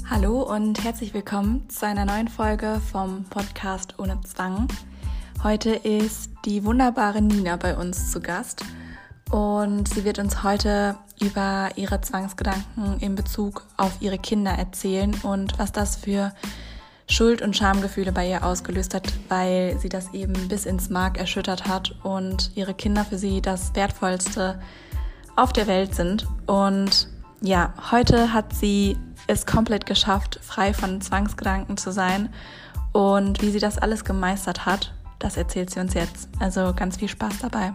Hallo und herzlich willkommen zu einer neuen Folge vom Podcast Ohne Zwang. Heute ist die wunderbare Nina bei uns zu Gast und sie wird uns heute über ihre Zwangsgedanken in Bezug auf ihre Kinder erzählen und was das für Schuld- und Schamgefühle bei ihr ausgelöst hat, weil sie das eben bis ins Mark erschüttert hat und ihre Kinder für sie das Wertvollste auf der Welt sind. Und ja, heute hat sie es komplett geschafft, frei von Zwangsgedanken zu sein. Und wie sie das alles gemeistert hat, das erzählt sie uns jetzt. Also ganz viel Spaß dabei.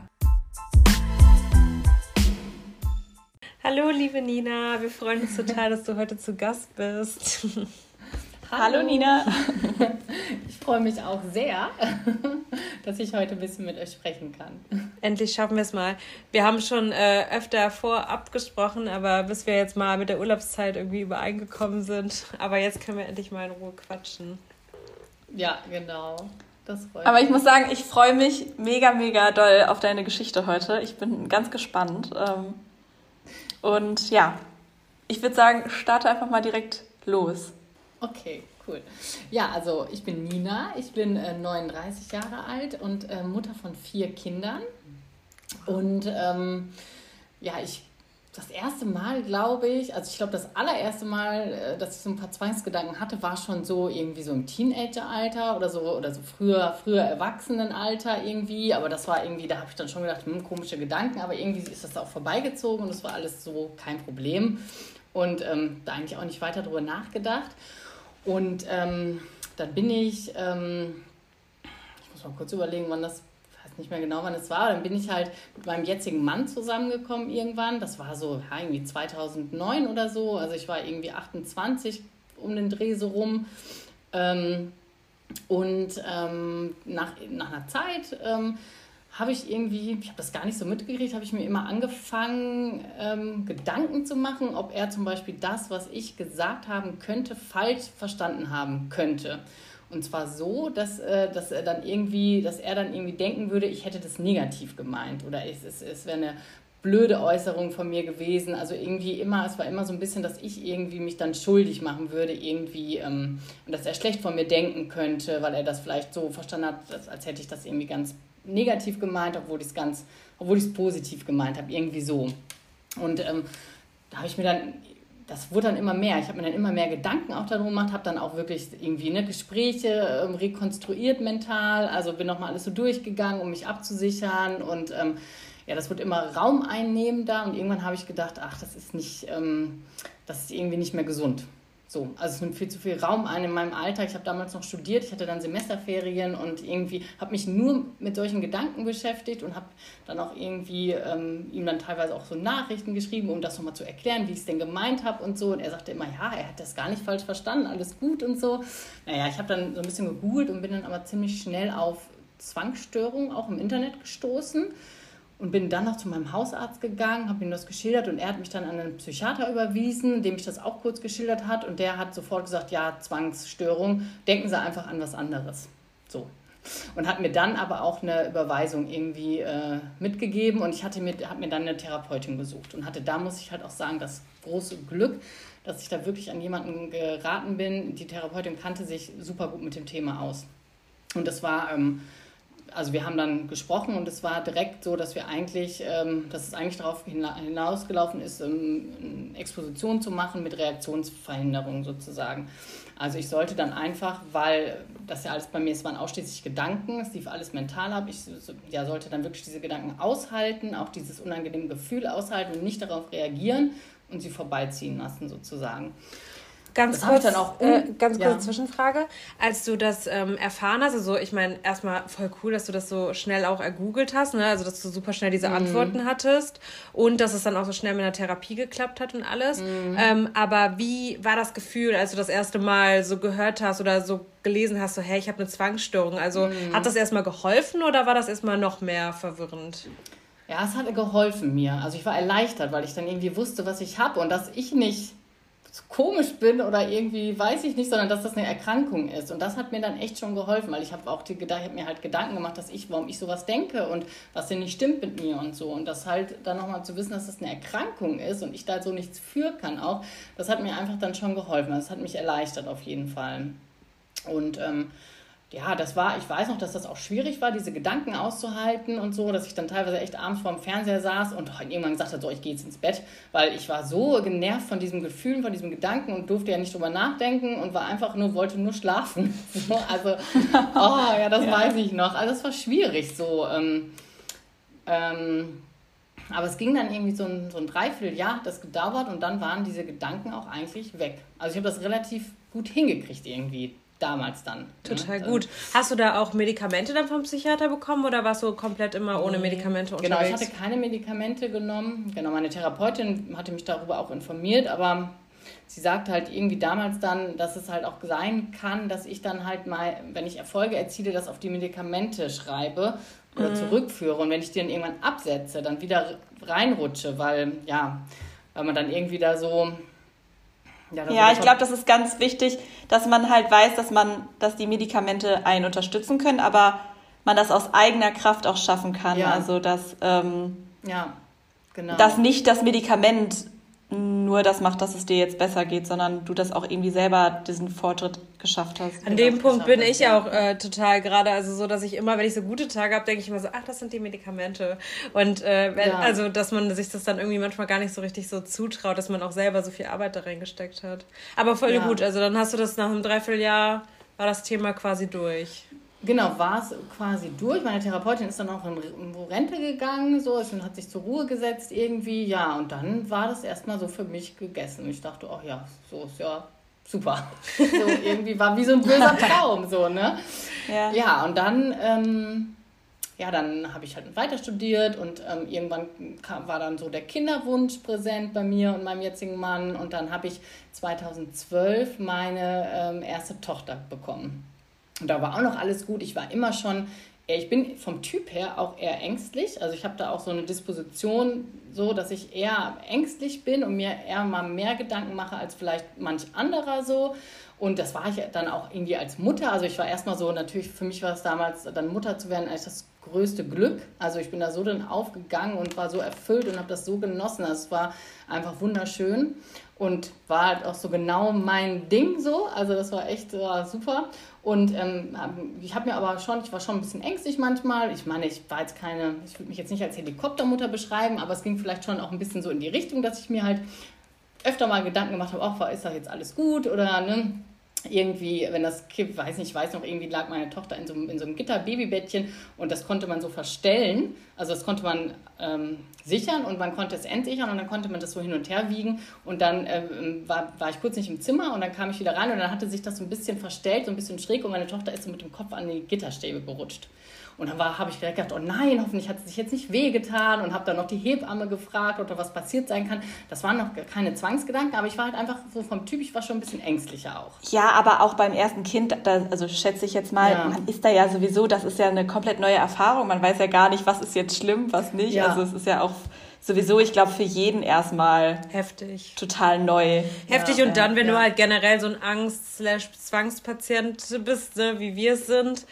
Hallo liebe Nina, wir freuen uns total, dass du heute zu Gast bist. Hallo Nina. Ich freue mich auch sehr, dass ich heute ein bisschen mit euch sprechen kann. Endlich schaffen wir es mal. Wir haben schon öfter vorab gesprochen, aber bis wir jetzt mal mit der Urlaubszeit irgendwie übereingekommen sind. Aber jetzt können wir endlich mal in Ruhe quatschen. Ja, genau. Das freut Aber mich. ich muss sagen, ich freue mich mega doll auf deine Geschichte heute. Ich bin ganz gespannt. Und ja, ich würde sagen, starte einfach mal direkt los. Okay, cool. Ja, also ich bin Nina, ich bin 39 Jahre alt und Mutter von 4 Kindern. Und das erste Mal, glaube ich, also ich glaube, das allererste Mal, dass ich so ein paar Zwangsgedanken hatte, war schon so irgendwie so im Teenageralter oder so früher Erwachsenenalter irgendwie. Aber das war irgendwie, da habe ich dann schon gedacht, komische Gedanken, aber irgendwie ist das auch vorbeigezogen und es war alles so kein Problem. Und da eigentlich auch nicht weiter drüber nachgedacht. Und dann bin ich muss mal kurz überlegen, ich weiß nicht mehr genau, wann es war, dann bin ich halt mit meinem jetzigen Mann zusammengekommen irgendwann. Das war so irgendwie 2009 oder so, also ich war irgendwie 28 um den Dreh so rum. Nach einer Zeit habe ich habe das gar nicht so mitgekriegt, habe ich mir immer angefangen, Gedanken zu machen, ob er zum Beispiel das, was ich gesagt haben könnte, falsch verstanden haben könnte. Und zwar so, dass er dann irgendwie denken würde, ich hätte das negativ gemeint oder es wäre eine blöde Äußerung von mir gewesen. Also es war immer so ein bisschen, dass ich irgendwie mich dann schuldig machen würde irgendwie und dass er schlecht von mir denken könnte, weil er das vielleicht so verstanden hat, als hätte ich das irgendwie ganz negativ gemeint, obwohl ich es positiv gemeint habe, irgendwie so. Und da habe ich mir dann, das wurde dann immer mehr, ich habe mir dann immer mehr Gedanken auch darum gemacht, habe dann auch wirklich irgendwie Gespräche rekonstruiert mental, also bin nochmal alles so durchgegangen, um mich abzusichern und das wird immer Raum einnehmen da und irgendwann habe ich gedacht, das ist irgendwie nicht mehr gesund. So, also es nimmt viel zu viel Raum ein in meinem Alltag. Ich habe damals noch studiert, ich hatte dann Semesterferien und irgendwie habe mich nur mit solchen Gedanken beschäftigt und habe dann auch irgendwie ihm dann teilweise auch so Nachrichten geschrieben, um das nochmal zu erklären, wie ich es denn gemeint habe und so. Und er sagte immer, ja, er hat das gar nicht falsch verstanden, alles gut und so. Naja, ich habe dann so ein bisschen gegoogelt und bin dann aber ziemlich schnell auf Zwangsstörungen auch im Internet gestoßen. Und bin dann noch zu meinem Hausarzt gegangen, habe ihm das geschildert und er hat mich dann an einen Psychiater überwiesen, dem ich das auch kurz geschildert hat. Und der hat sofort gesagt, ja, Zwangsstörung, denken Sie einfach an was anderes. So. Und hat mir dann aber auch eine Überweisung irgendwie mitgegeben und ich habe mir dann eine Therapeutin gesucht. Und da muss ich halt auch sagen, das große Glück, dass ich da wirklich an jemanden geraten bin. Die Therapeutin kannte sich super gut mit dem Thema aus. Und das war... Also wir haben dann gesprochen und es war direkt so, dass es eigentlich darauf hinausgelaufen ist, eine Exposition zu machen mit Reaktionsverhinderung sozusagen. Also ich sollte dann einfach, weil das ja alles bei mir, es waren ausschließlich Gedanken, es lief alles mental ab, ich sollte dann wirklich diese Gedanken aushalten, auch dieses unangenehme Gefühl aushalten und nicht darauf reagieren und sie vorbeiziehen lassen sozusagen. Ganz kurze Zwischenfrage. Als du das erfahren hast, also ich meine, erstmal voll cool, dass du das so schnell auch ergoogelt hast, ne? Also dass du super schnell diese Antworten hattest und dass es dann auch so schnell mit der Therapie geklappt hat und alles. Aber wie war das Gefühl, als du das erste Mal so gehört hast oder so gelesen hast, so hey, ich habe eine Zwangsstörung. Also hat das erstmal geholfen oder war das erstmal noch mehr verwirrend? Ja, es hat geholfen mir. Also ich war erleichtert, weil ich dann irgendwie wusste, was ich habe und dass ich nicht komisch bin oder irgendwie, weiß ich nicht, sondern dass das eine Erkrankung ist. Und das hat mir dann echt schon geholfen, weil ich habe mir halt Gedanken gemacht, warum ich sowas denke und was denn nicht stimmt mit mir und so. Und das halt dann nochmal zu wissen, dass das eine Erkrankung ist und ich da so nichts für kann auch, das hat mir einfach dann schon geholfen. Das hat mich erleichtert auf jeden Fall. Und ja, ich weiß noch, dass das auch schwierig war, diese Gedanken auszuhalten und so, dass ich dann teilweise echt abends vor dem Fernseher saß und irgendwann gesagt habe, so, ich gehe jetzt ins Bett, weil ich war so genervt von diesem Gefühl, von diesem Gedanken und durfte ja nicht drüber nachdenken und wollte nur schlafen. So, also, das weiß ich noch. Also es war schwierig so. Aber es ging dann irgendwie so ein Dreivierteljahr, hat das gedauert und dann waren diese Gedanken auch eigentlich weg. Also ich habe das relativ gut hingekriegt irgendwie. Damals dann. Total gut. Hast du da auch Medikamente dann vom Psychiater bekommen oder warst du komplett immer ohne Medikamente unterwegs? Genau, ich hatte keine Medikamente genommen. Genau, meine Therapeutin hatte mich darüber auch informiert, aber sie sagte halt irgendwie damals dann, dass es halt auch sein kann, dass ich dann halt mal, wenn ich Erfolge erziele, das auf die Medikamente schreibe oder zurückführe und wenn ich die dann irgendwann absetze, dann wieder reinrutsche, weil man dann irgendwie da so... Ja, ich glaube, das ist ganz wichtig, dass man halt weiß, dass die Medikamente einen unterstützen können, aber man das aus eigener Kraft auch schaffen kann. Ja. Also, dass nicht das Medikament nur das macht, dass es dir jetzt besser geht, sondern du das auch irgendwie selber diesen Fortschritt geschafft hast. An dem Punkt bin ich auch total gerade, also so, dass ich immer, wenn ich so gute Tage habe, denke ich immer so, ach, das sind die Medikamente. Und also, dass man sich das dann irgendwie manchmal gar nicht so richtig so zutraut, dass man auch selber so viel Arbeit da reingesteckt hat. Aber voll gut, also dann hast du das nach einem Dreivierteljahr, war das Thema quasi durch. Genau, war es quasi durch. Meine Therapeutin ist dann auch in Rente gegangen, so, und hat sich zur Ruhe gesetzt irgendwie. Ja, und dann war das erstmal so für mich gegessen. Ich dachte, ach ja, so ist ja super. So irgendwie war wie so ein böser Traum, so, ne? Ja, und dann, dann habe ich halt weiter studiert und irgendwann war dann so der Kinderwunsch präsent bei mir und meinem jetzigen Mann. Und dann habe ich 2012 meine erste Tochter bekommen. Und da war auch noch alles gut. Ich war immer schon, ich bin vom Typ her auch eher ängstlich. Also ich habe da auch so eine Disposition, so dass ich eher ängstlich bin und mir eher mal mehr Gedanken mache als vielleicht manch anderer so. Und das war ich dann auch irgendwie als Mutter. Also ich war erstmal so, natürlich für mich war es damals, dann Mutter zu werden, eigentlich das größte Glück. Also ich bin da so dann aufgegangen und war so erfüllt und habe das so genossen. Also es war einfach wunderschön und war halt auch so genau mein Ding so. Also das war echt super. Und ich war schon ein bisschen ängstlich manchmal. Ich meine, ich würde mich jetzt nicht als Helikoptermutter beschreiben, aber es ging vielleicht schon auch ein bisschen so in die Richtung, dass ich mir halt öfter mal Gedanken gemacht habe, ist da jetzt alles gut oder ne? Irgendwie, wenn das Kind, ich weiß noch, irgendwie lag meine Tochter in so einem Gitter-Babybettchen und das konnte man so verstellen. Also das konnte man sichern und man konnte es entsichern und dann konnte man das so hin und her wiegen. Und dann war ich kurz nicht im Zimmer und dann kam ich wieder rein und dann hatte sich das so ein bisschen verstellt, so ein bisschen schräg und meine Tochter ist so mit dem Kopf an die Gitterstäbe gerutscht. Und dann habe ich direkt gedacht, oh nein, hoffentlich hat sie sich jetzt nicht wehgetan und habe dann noch die Hebamme gefragt, oder was passiert sein kann. Das waren noch keine Zwangsgedanken, aber ich war halt einfach so vom Typ, ich war schon ein bisschen ängstlicher auch. Ja, aber auch beim ersten Kind, also schätze ich jetzt mal, man ist da ja sowieso, das ist ja eine komplett neue Erfahrung, man weiß ja gar nicht, was ist jetzt schlimm, was nicht. Ja. Also es ist ja auch sowieso, ich glaube, für jeden erstmal heftig, total neu. Heftig und dann, wenn du halt generell so ein Angst/Zwangspatient bist, ne, wie wir es sind,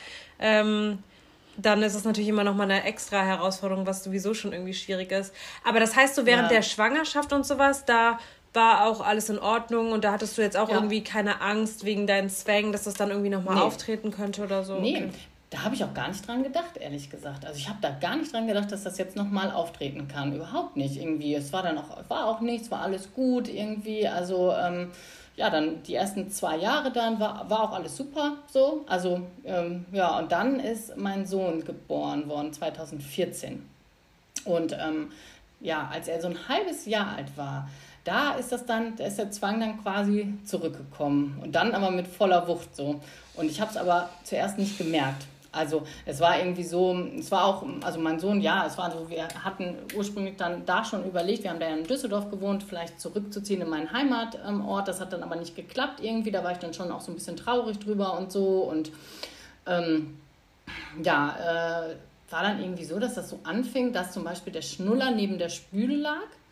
dann ist es natürlich immer noch mal eine extra Herausforderung, was sowieso schon irgendwie schwierig ist. Aber das heißt, so während der Schwangerschaft und sowas, da war auch alles in Ordnung und da hattest du jetzt auch irgendwie keine Angst wegen deinen Zwängen, dass das dann irgendwie nochmal auftreten könnte oder so? Nee, okay. Da habe ich auch gar nicht dran gedacht, ehrlich gesagt. Also ich habe da gar nicht dran gedacht, dass das jetzt nochmal auftreten kann. Überhaupt nicht irgendwie. Es war auch nichts, war alles gut irgendwie. Also dann die ersten 2 Jahre dann war auch alles super so. Also und dann ist mein Sohn geboren worden, 2014. Und als er so ein halbes Jahr alt war, da ist der Zwang dann quasi zurückgekommen. Und dann aber mit voller Wucht so. Und ich habe es aber zuerst nicht gemerkt. Also es war irgendwie so, es war auch, also mein Sohn, es war so, wir hatten ursprünglich dann da schon überlegt, wir haben da ja in Düsseldorf gewohnt, vielleicht zurückzuziehen in meinen Heimatort, das hat dann aber nicht geklappt irgendwie, da war ich dann schon auch so ein bisschen traurig drüber und so und war dann irgendwie so, dass das so anfing, dass zum Beispiel der Schnuller neben der Spüle lag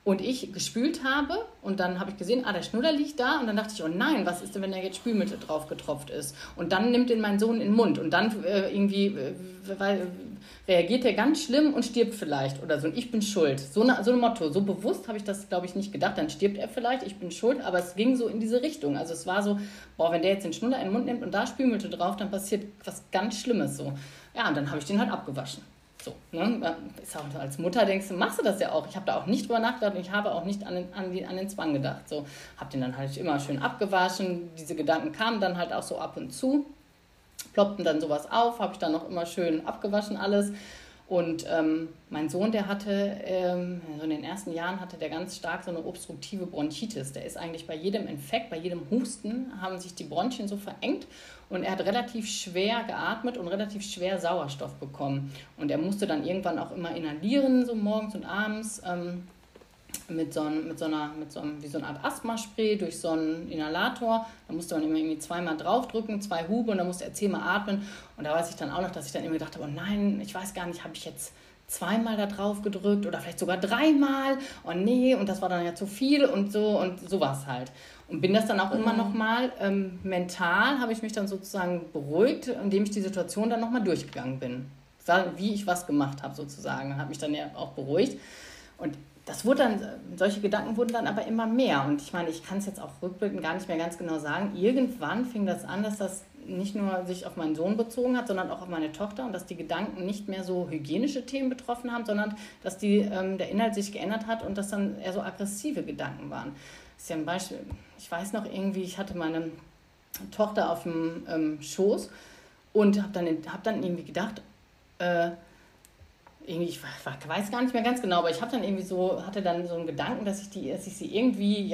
und ich gespült habe und dann habe ich gesehen, der Schnuller liegt da und dann dachte ich, oh nein, was ist denn, wenn da jetzt Spülmittel drauf getropft ist? Und dann nimmt den mein Sohn in den Mund und dann reagiert er ganz schlimm und stirbt vielleicht oder so und ich bin schuld. So ein Motto, so bewusst habe ich das, glaube ich, nicht gedacht, dann stirbt er vielleicht, ich bin schuld, aber es ging so in diese Richtung. Also es war so, wenn der jetzt den Schnuller in den Mund nimmt und da Spülmittel drauf, dann passiert was ganz Schlimmes so. Ja, und dann habe ich den halt abgewaschen. So, ne? Ist auch, als Mutter denkst du, machst du das ja auch. Ich habe da auch nicht drüber nachgedacht und ich habe auch nicht an den Zwang gedacht. So, habe den dann halt immer schön abgewaschen. Diese Gedanken kamen dann halt auch so ab und zu, ploppten dann sowas auf, habe ich dann noch immer schön abgewaschen alles. Und mein Sohn, der hatte, so in den ersten Jahren hatte der ganz stark so eine obstruktive Bronchitis. Der ist eigentlich bei jedem Infekt, bei jedem Husten haben sich die Bronchien so verengt und er hat relativ schwer geatmet und relativ schwer Sauerstoff bekommen. Und er musste dann irgendwann auch immer inhalieren, so morgens und abends, wie so eine Art Asthmaspray durch so einen Inhalator. Da musste man immer irgendwie 2-mal draufdrücken, 2 Hube und dann musste er 10-mal atmen. Und da weiß ich dann auch noch, dass ich dann immer gedacht habe, oh nein, ich weiß gar nicht, habe ich jetzt 2-mal da drauf gedrückt oder vielleicht sogar 3-mal? Oh nee, und das war dann ja zu viel und so war es halt. Und bin das dann auch immer noch mal, mental habe ich mich dann sozusagen beruhigt, indem ich die Situation dann nochmal durchgegangen bin. Wie ich was gemacht habe sozusagen, habe mich dann ja auch beruhigt. Und das wurde dann, solche Gedanken wurden dann aber immer mehr. Und ich meine, ich kann es jetzt auch rückblickend gar nicht mehr ganz genau sagen. Irgendwann fing das an, dass das nicht nur sich auf meinen Sohn bezogen hat, sondern auch auf meine Tochter und dass die Gedanken nicht mehr so hygienische Themen betroffen haben, sondern dass der Inhalt sich geändert hat und dass dann eher so aggressive Gedanken waren. Das ist ja ein Beispiel, ich weiß noch irgendwie, ich hatte meine Tochter auf dem Schoß und habe dann irgendwie gedacht, ich weiß gar nicht mehr ganz genau, aber ich hatte dann so einen Gedanken, dass ich sie irgendwie,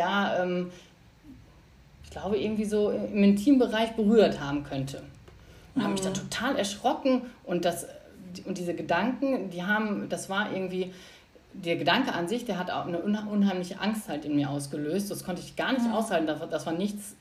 ich glaube irgendwie so im Intimbereich berührt haben könnte. Und habe mich dann total erschrocken und diese Gedanken, das war irgendwie, der Gedanke an sich, der hat auch eine unheimliche Angst halt in mir ausgelöst. Das konnte ich gar nicht aushalten, das war nichts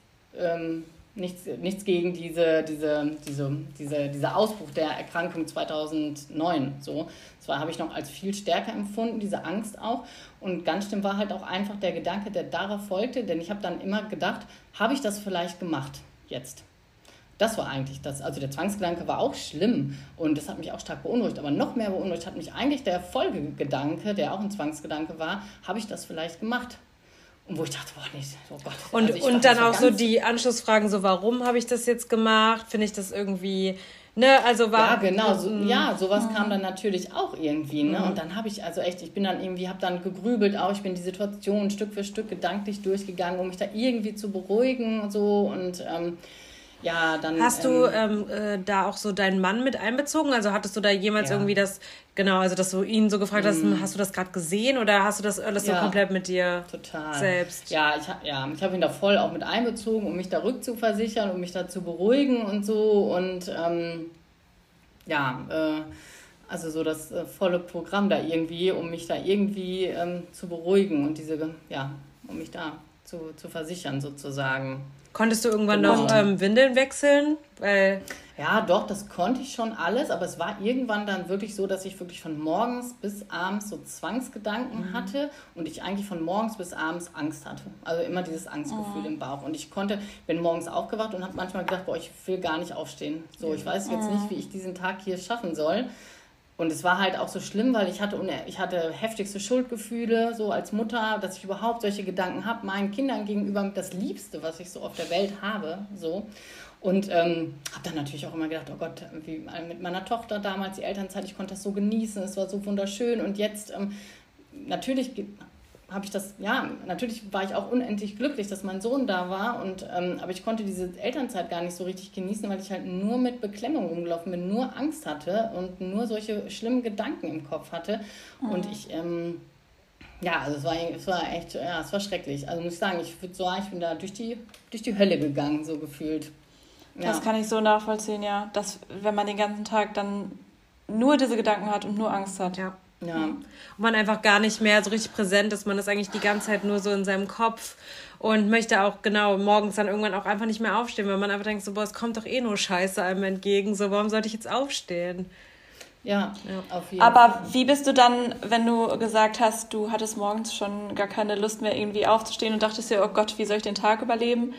gegen dieser Ausbruch der Erkrankung 2009. So. Das habe ich noch als viel stärker empfunden, diese Angst auch. Und ganz schlimm war halt auch einfach der Gedanke, der darauf folgte, denn ich habe dann immer gedacht, habe ich das vielleicht gemacht jetzt? Das war eigentlich das. Also der Zwangsgedanke war auch schlimm und das hat mich auch stark beunruhigt. Aber noch mehr beunruhigt hat mich eigentlich der Folgegedanke, der auch ein Zwangsgedanke war, habe ich das vielleicht gemacht? Und wo ich dachte, oh Gott. Und dann auch so die Anschlussfragen, so warum habe ich das jetzt gemacht? Finde ich das irgendwie, ne? Also war... Ja, genau. Sowas kam dann natürlich auch irgendwie, ne? Und dann habe ich habe dann gegrübelt auch. Ich bin die Situation Stück für Stück gedanklich durchgegangen, um mich da irgendwie zu beruhigen und so. Und dann... Hast du da auch so deinen Mann mit einbezogen? Also hattest du da jemals irgendwie dass du ihn so gefragt hast, hast du das gerade gesehen oder hast du das alles so komplett mit dir selbst? Ja, ich habe ihn da voll auch mit einbezogen, um mich da rückzuversichern, um mich da zu beruhigen und so und also so das volle Programm da irgendwie, um mich da irgendwie zu beruhigen und um mich da zu versichern sozusagen. Konntest du irgendwann noch Windeln wechseln? Ja, doch, das konnte ich schon alles, aber es war irgendwann dann wirklich so, dass ich wirklich von morgens bis abends so Zwangsgedanken hatte und ich eigentlich von morgens bis abends Angst hatte. Also immer dieses Angstgefühl im Bauch. Und bin morgens aufgewacht und habe manchmal gedacht, ich will gar nicht aufstehen. So, ich weiß jetzt nicht, wie ich diesen Tag hier schaffen soll. Und es war halt auch so schlimm, weil ich hatte heftigste Schuldgefühle, so als Mutter, dass ich überhaupt solche Gedanken habe, meinen Kindern gegenüber das Liebste, was ich so auf der Welt habe, so. Und habe dann natürlich auch immer gedacht, oh Gott, wie mit meiner Tochter damals, die Elternzeit, ich konnte das so genießen, es war so wunderschön. Und jetzt, natürlich war ich auch unendlich glücklich, dass mein Sohn da war. Aber ich konnte diese Elternzeit gar nicht so richtig genießen, weil ich halt nur mit Beklemmung rumgelaufen bin, nur Angst hatte und nur solche schlimmen Gedanken im Kopf hatte. Und es war echt, es war schrecklich. Also muss ich sagen, ich bin da durch die Hölle gegangen, so gefühlt. Ja. Das kann ich so nachvollziehen, ja. Dass, wenn man den ganzen Tag dann nur diese Gedanken hat und nur Angst hat. Ja. Und man einfach gar nicht mehr so richtig präsent ist. Man ist eigentlich die ganze Zeit nur so in seinem Kopf und möchte auch morgens dann irgendwann auch einfach nicht mehr aufstehen, weil man einfach denkt so, es kommt doch nur Scheiße einem entgegen, so warum sollte ich jetzt aufstehen? Ja, auf jeden Aber Fall. wie bist du dann, wenn du gesagt hast, du hattest morgens schon gar keine Lust mehr irgendwie aufzustehen und dachtest dir, oh Gott, wie soll ich den Tag überleben?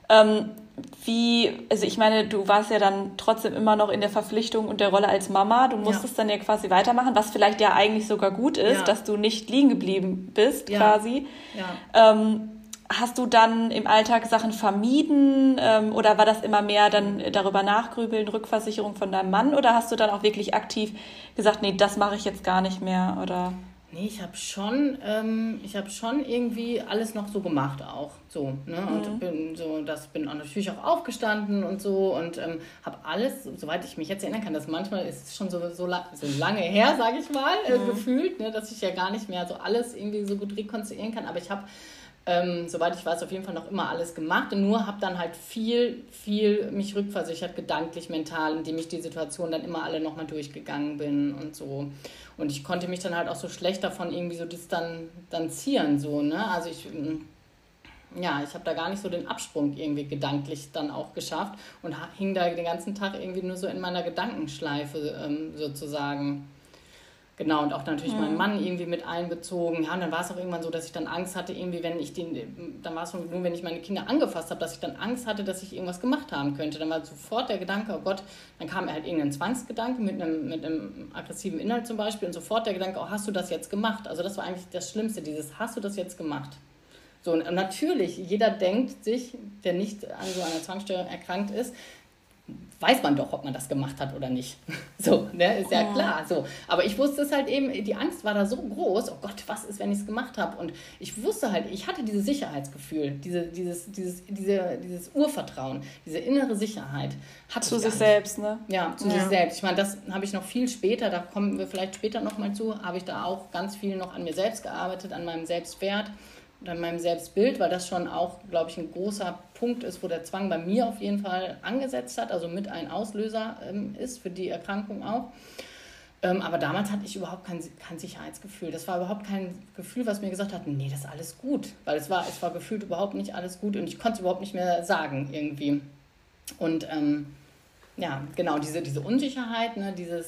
Also ich meine, du warst ja dann trotzdem immer noch in der Verpflichtung und der Rolle als Mama. Du musstest dann ja quasi weitermachen, was vielleicht ja eigentlich sogar gut ist, dass du nicht liegen geblieben bist quasi. Ja. Hast du dann im Alltag Sachen vermieden oder war das immer mehr dann darüber nachgrübeln, Rückversicherung von deinem Mann, oder hast du dann auch wirklich aktiv gesagt, nee, das mache ich jetzt gar nicht mehr, oder? Nee, ich habe schon irgendwie alles noch so gemacht auch, so, ne, und bin auch natürlich auch aufgestanden und so und habe alles, soweit ich mich jetzt erinnern kann, dass manchmal ist es schon so lange her, sage ich mal, gefühlt, ne, dass ich ja gar nicht mehr so alles irgendwie so gut rekonstruieren kann, aber ich habe soweit ich weiß, auf jeden Fall noch immer alles gemacht und nur habe dann halt viel mich rückversichert, gedanklich, mental, indem ich die Situation dann immer alle nochmal durchgegangen bin und so. Und ich konnte mich dann halt auch so schlecht davon irgendwie so distanzieren, so, ne? Also ich habe da gar nicht so den Absprung irgendwie gedanklich dann auch geschafft und hing da den ganzen Tag irgendwie nur so in meiner Gedankenschleife sozusagen. Genau, und auch natürlich meinen Mann irgendwie mit einbezogen. Ja, und dann war es auch irgendwann so, dass ich dann Angst hatte, irgendwie, dann war es nur, wenn ich meine Kinder angefasst habe, dass ich dann Angst hatte, dass ich irgendwas gemacht haben könnte. Dann war sofort der Gedanke, oh Gott, dann kam halt irgendein Zwangsgedanke mit einem aggressiven Inhalt zum Beispiel und sofort der Gedanke, oh, hast du das jetzt gemacht? Also das war eigentlich das Schlimmste, hast du das jetzt gemacht? So, und natürlich, jeder denkt sich, der nicht an so einer Zwangsstörung erkrankt ist, weiß man doch, ob man das gemacht hat oder nicht. So, ne, ist ja klar. So. Aber ich wusste es halt eben, die Angst war da so groß, oh Gott, was ist, wenn ich es gemacht habe? Und ich wusste halt, ich hatte dieses Sicherheitsgefühl, dieses Urvertrauen, diese innere Sicherheit. Zu sich selbst, ne? Ja, zu sich selbst. Ich meine, das habe ich noch viel später, da kommen wir vielleicht später nochmal zu, habe ich da auch ganz viel noch an mir selbst gearbeitet, an meinem Selbstwert und an meinem Selbstbild, weil das schon auch, glaube ich, ein großer Punkt ist, wo der Zwang bei mir auf jeden Fall angesetzt hat, also mit ein Auslöser ist für die Erkrankung auch. Aber damals hatte ich überhaupt kein Sicherheitsgefühl. Das war überhaupt kein Gefühl, was mir gesagt hat, nee, das ist alles gut. Weil es war gefühlt überhaupt nicht alles gut und ich konnte es überhaupt nicht mehr sagen irgendwie. Und genau, diese Unsicherheit, ne, diese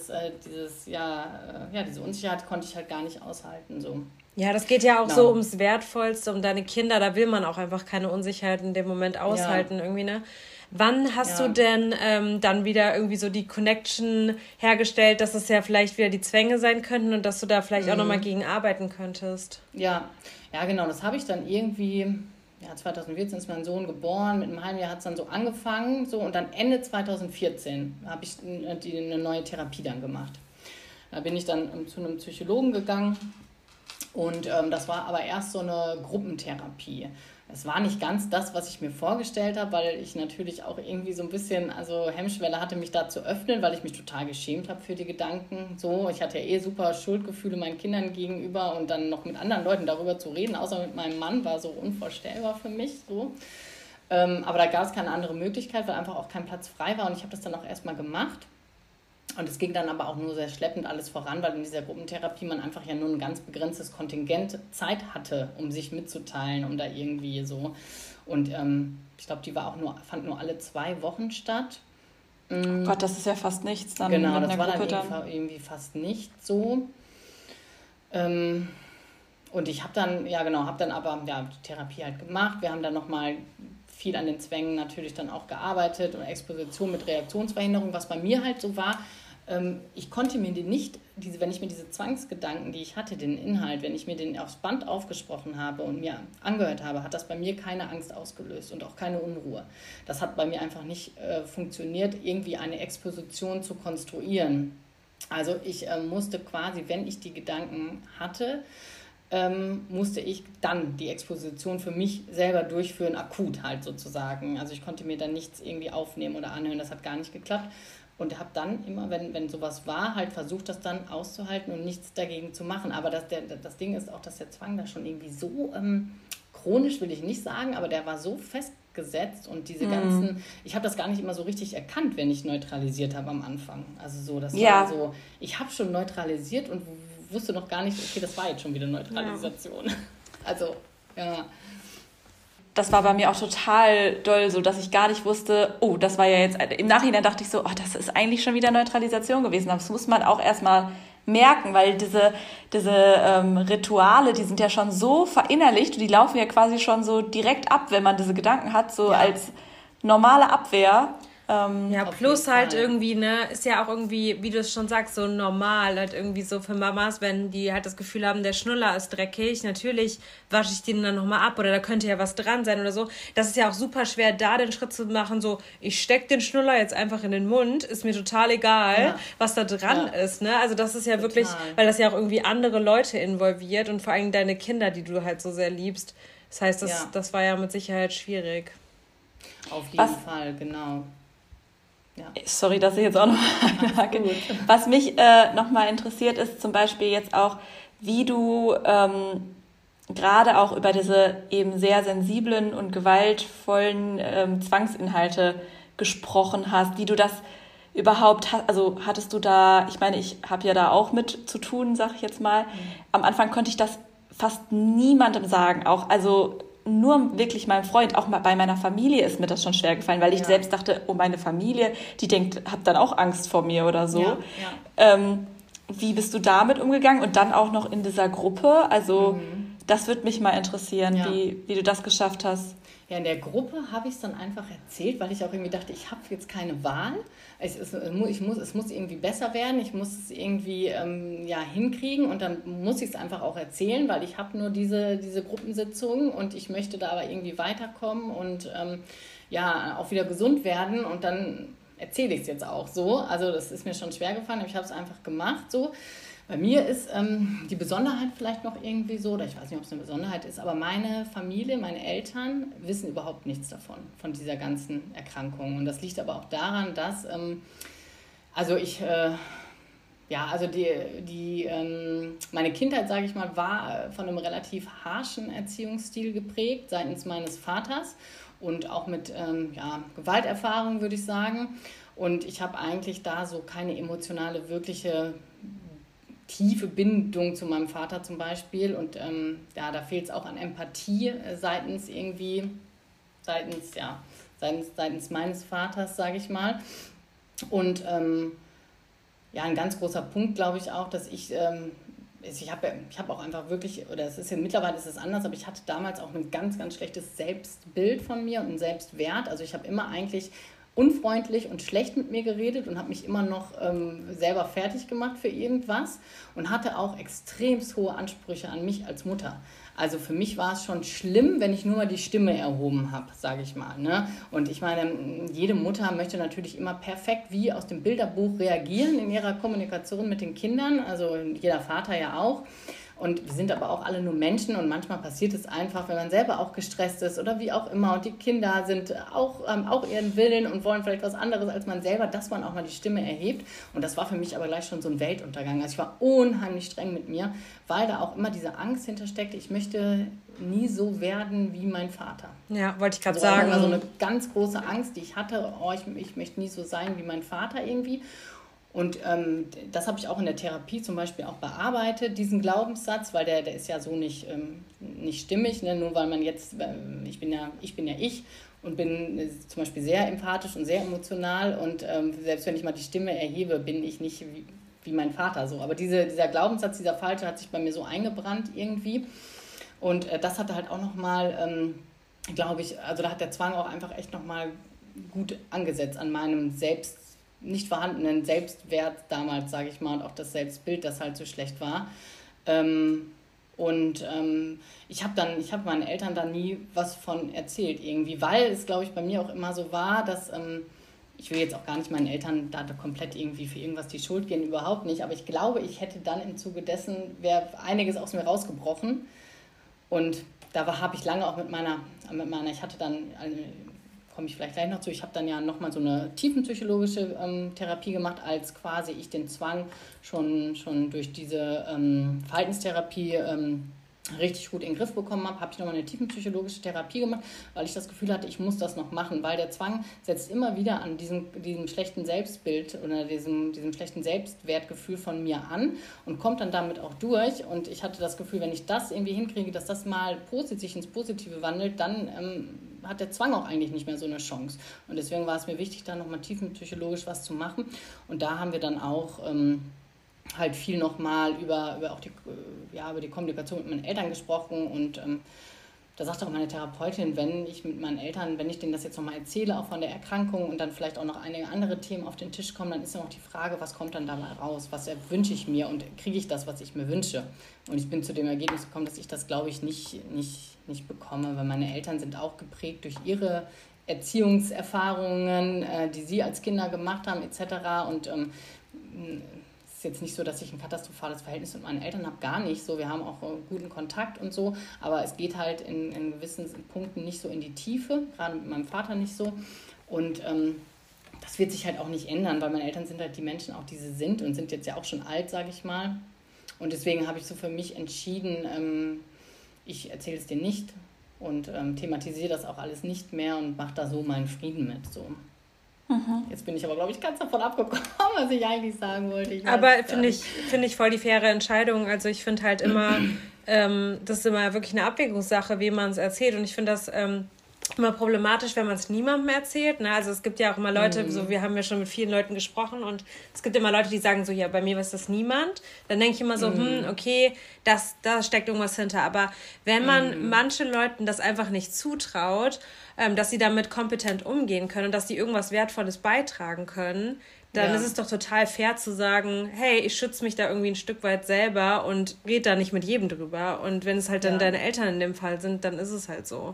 Unsicherheit konnte ich halt gar nicht aushalten, so. Ja, das geht ja auch so ums Wertvollste, um deine Kinder. Da will man auch einfach keine Unsicherheit in dem Moment aushalten irgendwie, ne? Wann hast du denn dann wieder irgendwie so die Connection hergestellt, dass es ja vielleicht wieder die Zwänge sein könnten und dass du da vielleicht auch nochmal gegen arbeiten könntest? Ja, genau, das habe ich dann irgendwie, 2014 ist mein Sohn geboren, mit einem halben Jahr hat es dann so angefangen, so, und dann Ende 2014 habe ich eine neue Therapie dann gemacht. Da bin ich dann zu einem Psychologen gegangen. Und das war aber erst so eine Gruppentherapie. Es war nicht ganz das, was ich mir vorgestellt habe, weil ich natürlich auch irgendwie so ein bisschen, also Hemmschwelle hatte, mich da zu öffnen, weil ich mich total geschämt habe für die Gedanken. So, ich hatte ja super Schuldgefühle meinen Kindern gegenüber und dann noch mit anderen Leuten darüber zu reden, außer mit meinem Mann, war so unvorstellbar für mich. So. Aber da gab es keine andere Möglichkeit, weil einfach auch kein Platz frei war und ich habe das dann auch erstmal gemacht. Und es ging dann aber auch nur sehr schleppend alles voran, weil in dieser Gruppentherapie man einfach ja nur ein ganz begrenztes Kontingent Zeit hatte, um sich mitzuteilen, um da irgendwie so. Und ich glaube, die fand nur alle 2 Wochen statt. Oh Gott, das ist ja fast nichts dann. Genau, das war dann irgendwie fast nicht so. Und ich habe dann, die Therapie halt gemacht. Wir haben dann nochmal viel an den Zwängen natürlich dann auch gearbeitet und Exposition mit Reaktionsverhinderung, was bei mir halt so war, ich konnte mir den nicht, wenn ich mir diese Zwangsgedanken, die ich hatte, den Inhalt, wenn ich mir den aufs Band aufgesprochen habe und mir angehört habe, hat das bei mir keine Angst ausgelöst und auch keine Unruhe. Das hat bei mir einfach nicht funktioniert, irgendwie eine Exposition zu konstruieren. Also ich musste quasi, wenn ich die Gedanken hatte, musste ich dann die Exposition für mich selber durchführen, akut halt sozusagen. Also ich konnte mir dann nichts irgendwie aufnehmen oder anhören, das hat gar nicht geklappt. Und habe dann immer, wenn sowas war, halt versucht, das dann auszuhalten und nichts dagegen zu machen. Aber das Ding ist auch, dass der Zwang da schon irgendwie so chronisch, will ich nicht sagen, aber der war so festgesetzt und diese ganzen, ich habe das gar nicht immer so richtig erkannt, wenn ich neutralisiert habe am Anfang. Also so, das war so, ich habe schon neutralisiert und wusste noch gar nicht, okay, das war jetzt schon wieder Neutralisation. Ja. Also, ja. das war bei mir auch total doll so, dass ich gar nicht wusste, oh, das war ja jetzt, im Nachhinein dachte ich so, oh, das ist eigentlich schon wieder Neutralisation gewesen. Das muss man auch erstmal merken, weil diese Rituale, die sind ja schon so verinnerlicht und die laufen ja quasi schon so direkt ab, wenn man diese Gedanken hat, so als normale Abwehr. Ja, plus halt irgendwie, ne, ist ja auch irgendwie, wie du es schon sagst, so normal, halt irgendwie so für Mamas, wenn die halt das Gefühl haben, der Schnuller ist dreckig, natürlich wasche ich den dann nochmal ab oder da könnte ja was dran sein oder so. Das ist ja auch super schwer, da den Schritt zu machen, so, ich steck den Schnuller jetzt einfach in den Mund, ist mir total egal, was da dran ist, ne, also das ist ja wirklich, weil das ja auch irgendwie andere Leute involviert und vor allem deine Kinder, die du halt so sehr liebst. Das heißt, das war ja mit Sicherheit schwierig. Auf jeden Fall, genau. Ja. Sorry, dass ich jetzt auch noch einhake. Was mich nochmal interessiert, ist zum Beispiel jetzt auch, wie du gerade auch über diese eben sehr sensiblen und gewaltvollen Zwangsinhalte gesprochen hast, wie du das überhaupt hast. Also hattest du da, ich meine, ich habe ja da auch mit zu tun, sag ich jetzt mal. Am Anfang konnte ich das fast niemandem sagen, auch also nur wirklich meinem Freund, auch bei meiner Familie ist mir das schon schwer gefallen, weil ich selbst dachte, oh, meine Familie, die denkt, hab dann auch Angst vor mir oder so. Wie bist du damit umgegangen und dann auch noch in dieser Gruppe? Also das würde mich mal interessieren, wie du das geschafft hast. Ja, in der Gruppe habe ich es dann einfach erzählt, weil ich auch irgendwie dachte, ich habe jetzt keine Wahl. Es muss irgendwie besser werden, ich muss es irgendwie hinkriegen und dann muss ich es einfach auch erzählen, weil ich habe nur diese Gruppensitzungen und ich möchte da aber irgendwie weiterkommen und auch wieder gesund werden und dann erzähle ich es jetzt auch so. Also das ist mir schon schwer gefallen, aber ich habe es einfach gemacht so. Bei mir ist die Besonderheit vielleicht noch irgendwie so, oder ich weiß nicht, ob es eine Besonderheit ist, aber meine Familie, meine Eltern wissen überhaupt nichts davon, von dieser ganzen Erkrankung. Und das liegt aber auch daran, dass, meine Kindheit, sage ich mal, war von einem relativ harschen Erziehungsstil geprägt, seitens meines Vaters und auch mit Gewalterfahrung, würde ich sagen. Und ich habe eigentlich da so keine emotionale, wirkliche tiefe Bindung zu meinem Vater zum Beispiel und da fehlt es auch an Empathie seitens meines Vaters, sage ich mal. Und ein ganz großer Punkt, glaube ich auch, dass ich habe auch einfach wirklich, oder mittlerweile ist es anders, aber ich hatte damals auch ein ganz, ganz schlechtes Selbstbild von mir und einen Selbstwert. Also ich habe immer eigentlich unfreundlich und schlecht mit mir geredet und habe mich immer noch selber fertig gemacht für irgendwas und hatte auch extrem hohe Ansprüche an mich als Mutter. Also für mich war es schon schlimm, wenn ich nur mal die Stimme erhoben habe, sage ich mal. Ne? Und ich meine, jede Mutter möchte natürlich immer perfekt wie aus dem Bilderbuch reagieren in ihrer Kommunikation mit den Kindern, also jeder Vater ja auch. Und wir sind aber auch alle nur Menschen und manchmal passiert es einfach, wenn man selber auch gestresst ist oder wie auch immer. Und die Kinder sind auch ihren Willen und wollen vielleicht was anderes als man selber, dass man auch mal die Stimme erhebt. Und das war für mich aber gleich schon so ein Weltuntergang. Also ich war unheimlich streng mit mir, weil da auch immer diese Angst hintersteckte, ich möchte nie so werden wie mein Vater. Ja, wollte ich gerade sagen. Das war so eine ganz große Angst, die ich hatte, ich möchte nie so sein wie mein Vater irgendwie. Und das habe ich auch in der Therapie zum Beispiel auch bearbeitet, diesen Glaubenssatz, weil der ist ja so nicht stimmig, ne? Nur weil man jetzt, ich bin ja ich und bin zum Beispiel sehr empathisch und sehr emotional und selbst wenn ich mal die Stimme erhebe, bin ich nicht wie mein Vater so. Aber dieser Glaubenssatz, dieser falsche, hat sich bei mir so eingebrannt irgendwie und das hatte halt auch nochmal, glaube ich, also da hat der Zwang auch einfach echt nochmal gut angesetzt an meinem nicht vorhandenen Selbstwert damals, sage ich mal, und auch das Selbstbild, das halt so schlecht war. Ich habe meinen Eltern da nie was von erzählt irgendwie, weil es, glaube ich, bei mir auch immer so war, dass, ich will jetzt auch gar nicht meinen Eltern da komplett irgendwie für irgendwas die Schuld geben, überhaupt nicht, aber ich glaube, ich hätte dann im Zuge dessen, wäre einiges aus mir rausgebrochen und da habe ich lange auch mit meiner, ich hatte dann komme ich vielleicht gleich noch zu. Ich habe dann ja nochmal so eine tiefenpsychologische Therapie gemacht, als quasi ich den Zwang schon durch diese Verhaltenstherapie richtig gut in den Griff bekommen habe, habe ich nochmal eine tiefenpsychologische Therapie gemacht, weil ich das Gefühl hatte, ich muss das noch machen, weil der Zwang setzt immer wieder an diesem schlechten Selbstbild oder diesem schlechten Selbstwertgefühl von mir an und kommt dann damit auch durch. Und ich hatte das Gefühl, wenn ich das irgendwie hinkriege, dass das mal sich ins Positive wandelt, dann hat der Zwang auch eigentlich nicht mehr so eine Chance. Und deswegen war es mir wichtig, da nochmal tiefenpsychologisch was zu machen. Und da haben wir dann auch halt viel nochmal über die Kommunikation mit meinen Eltern gesprochen und da sagt auch meine Therapeutin, wenn ich denen das jetzt nochmal erzähle, auch von der Erkrankung und dann vielleicht auch noch einige andere Themen auf den Tisch kommen, dann ist ja auch die Frage, was kommt dann dabei raus, was wünsche ich mir und kriege ich das, was ich mir wünsche? Und ich bin zu dem Ergebnis gekommen, dass ich das, glaube ich, nicht bekomme, weil meine Eltern sind auch geprägt durch ihre Erziehungserfahrungen, die sie als Kinder gemacht haben etc. Und es ist jetzt nicht so, dass ich ein katastrophales Verhältnis mit meinen Eltern habe, gar nicht so. Wir haben auch guten Kontakt und so, aber es geht halt in gewissen Punkten nicht so in die Tiefe, gerade mit meinem Vater nicht so. Und das wird sich halt auch nicht ändern, weil meine Eltern sind halt die Menschen auch, die sie sind und sind jetzt ja auch schon alt, sage ich mal. Und deswegen habe ich so für mich entschieden, ich erzähle es dir nicht und thematisiere das auch alles nicht mehr und mache da so meinen Frieden mit, so. Jetzt bin ich aber, glaube ich, ganz davon abgekommen, was ich eigentlich sagen wollte. Aber finde ich voll die faire Entscheidung. Also ich finde halt immer, das ist immer wirklich eine Abwägungssache, wie man es erzählt. Und ich finde das immer problematisch, wenn man es niemandem erzählt. Ne? Also es gibt ja auch immer Leute, so wir haben ja schon mit vielen Leuten gesprochen und es gibt immer Leute, die sagen so, ja, bei mir weiß das niemand. Dann denke ich immer so, okay, da steckt irgendwas hinter. Aber wenn man manchen Leuten das einfach nicht zutraut, dass sie damit kompetent umgehen können und dass sie irgendwas Wertvolles beitragen können, dann ist es doch total fair zu sagen, hey, ich schütze mich da irgendwie ein Stück weit selber und rede da nicht mit jedem drüber. Und wenn es halt dann deine Eltern in dem Fall sind, dann ist es halt so.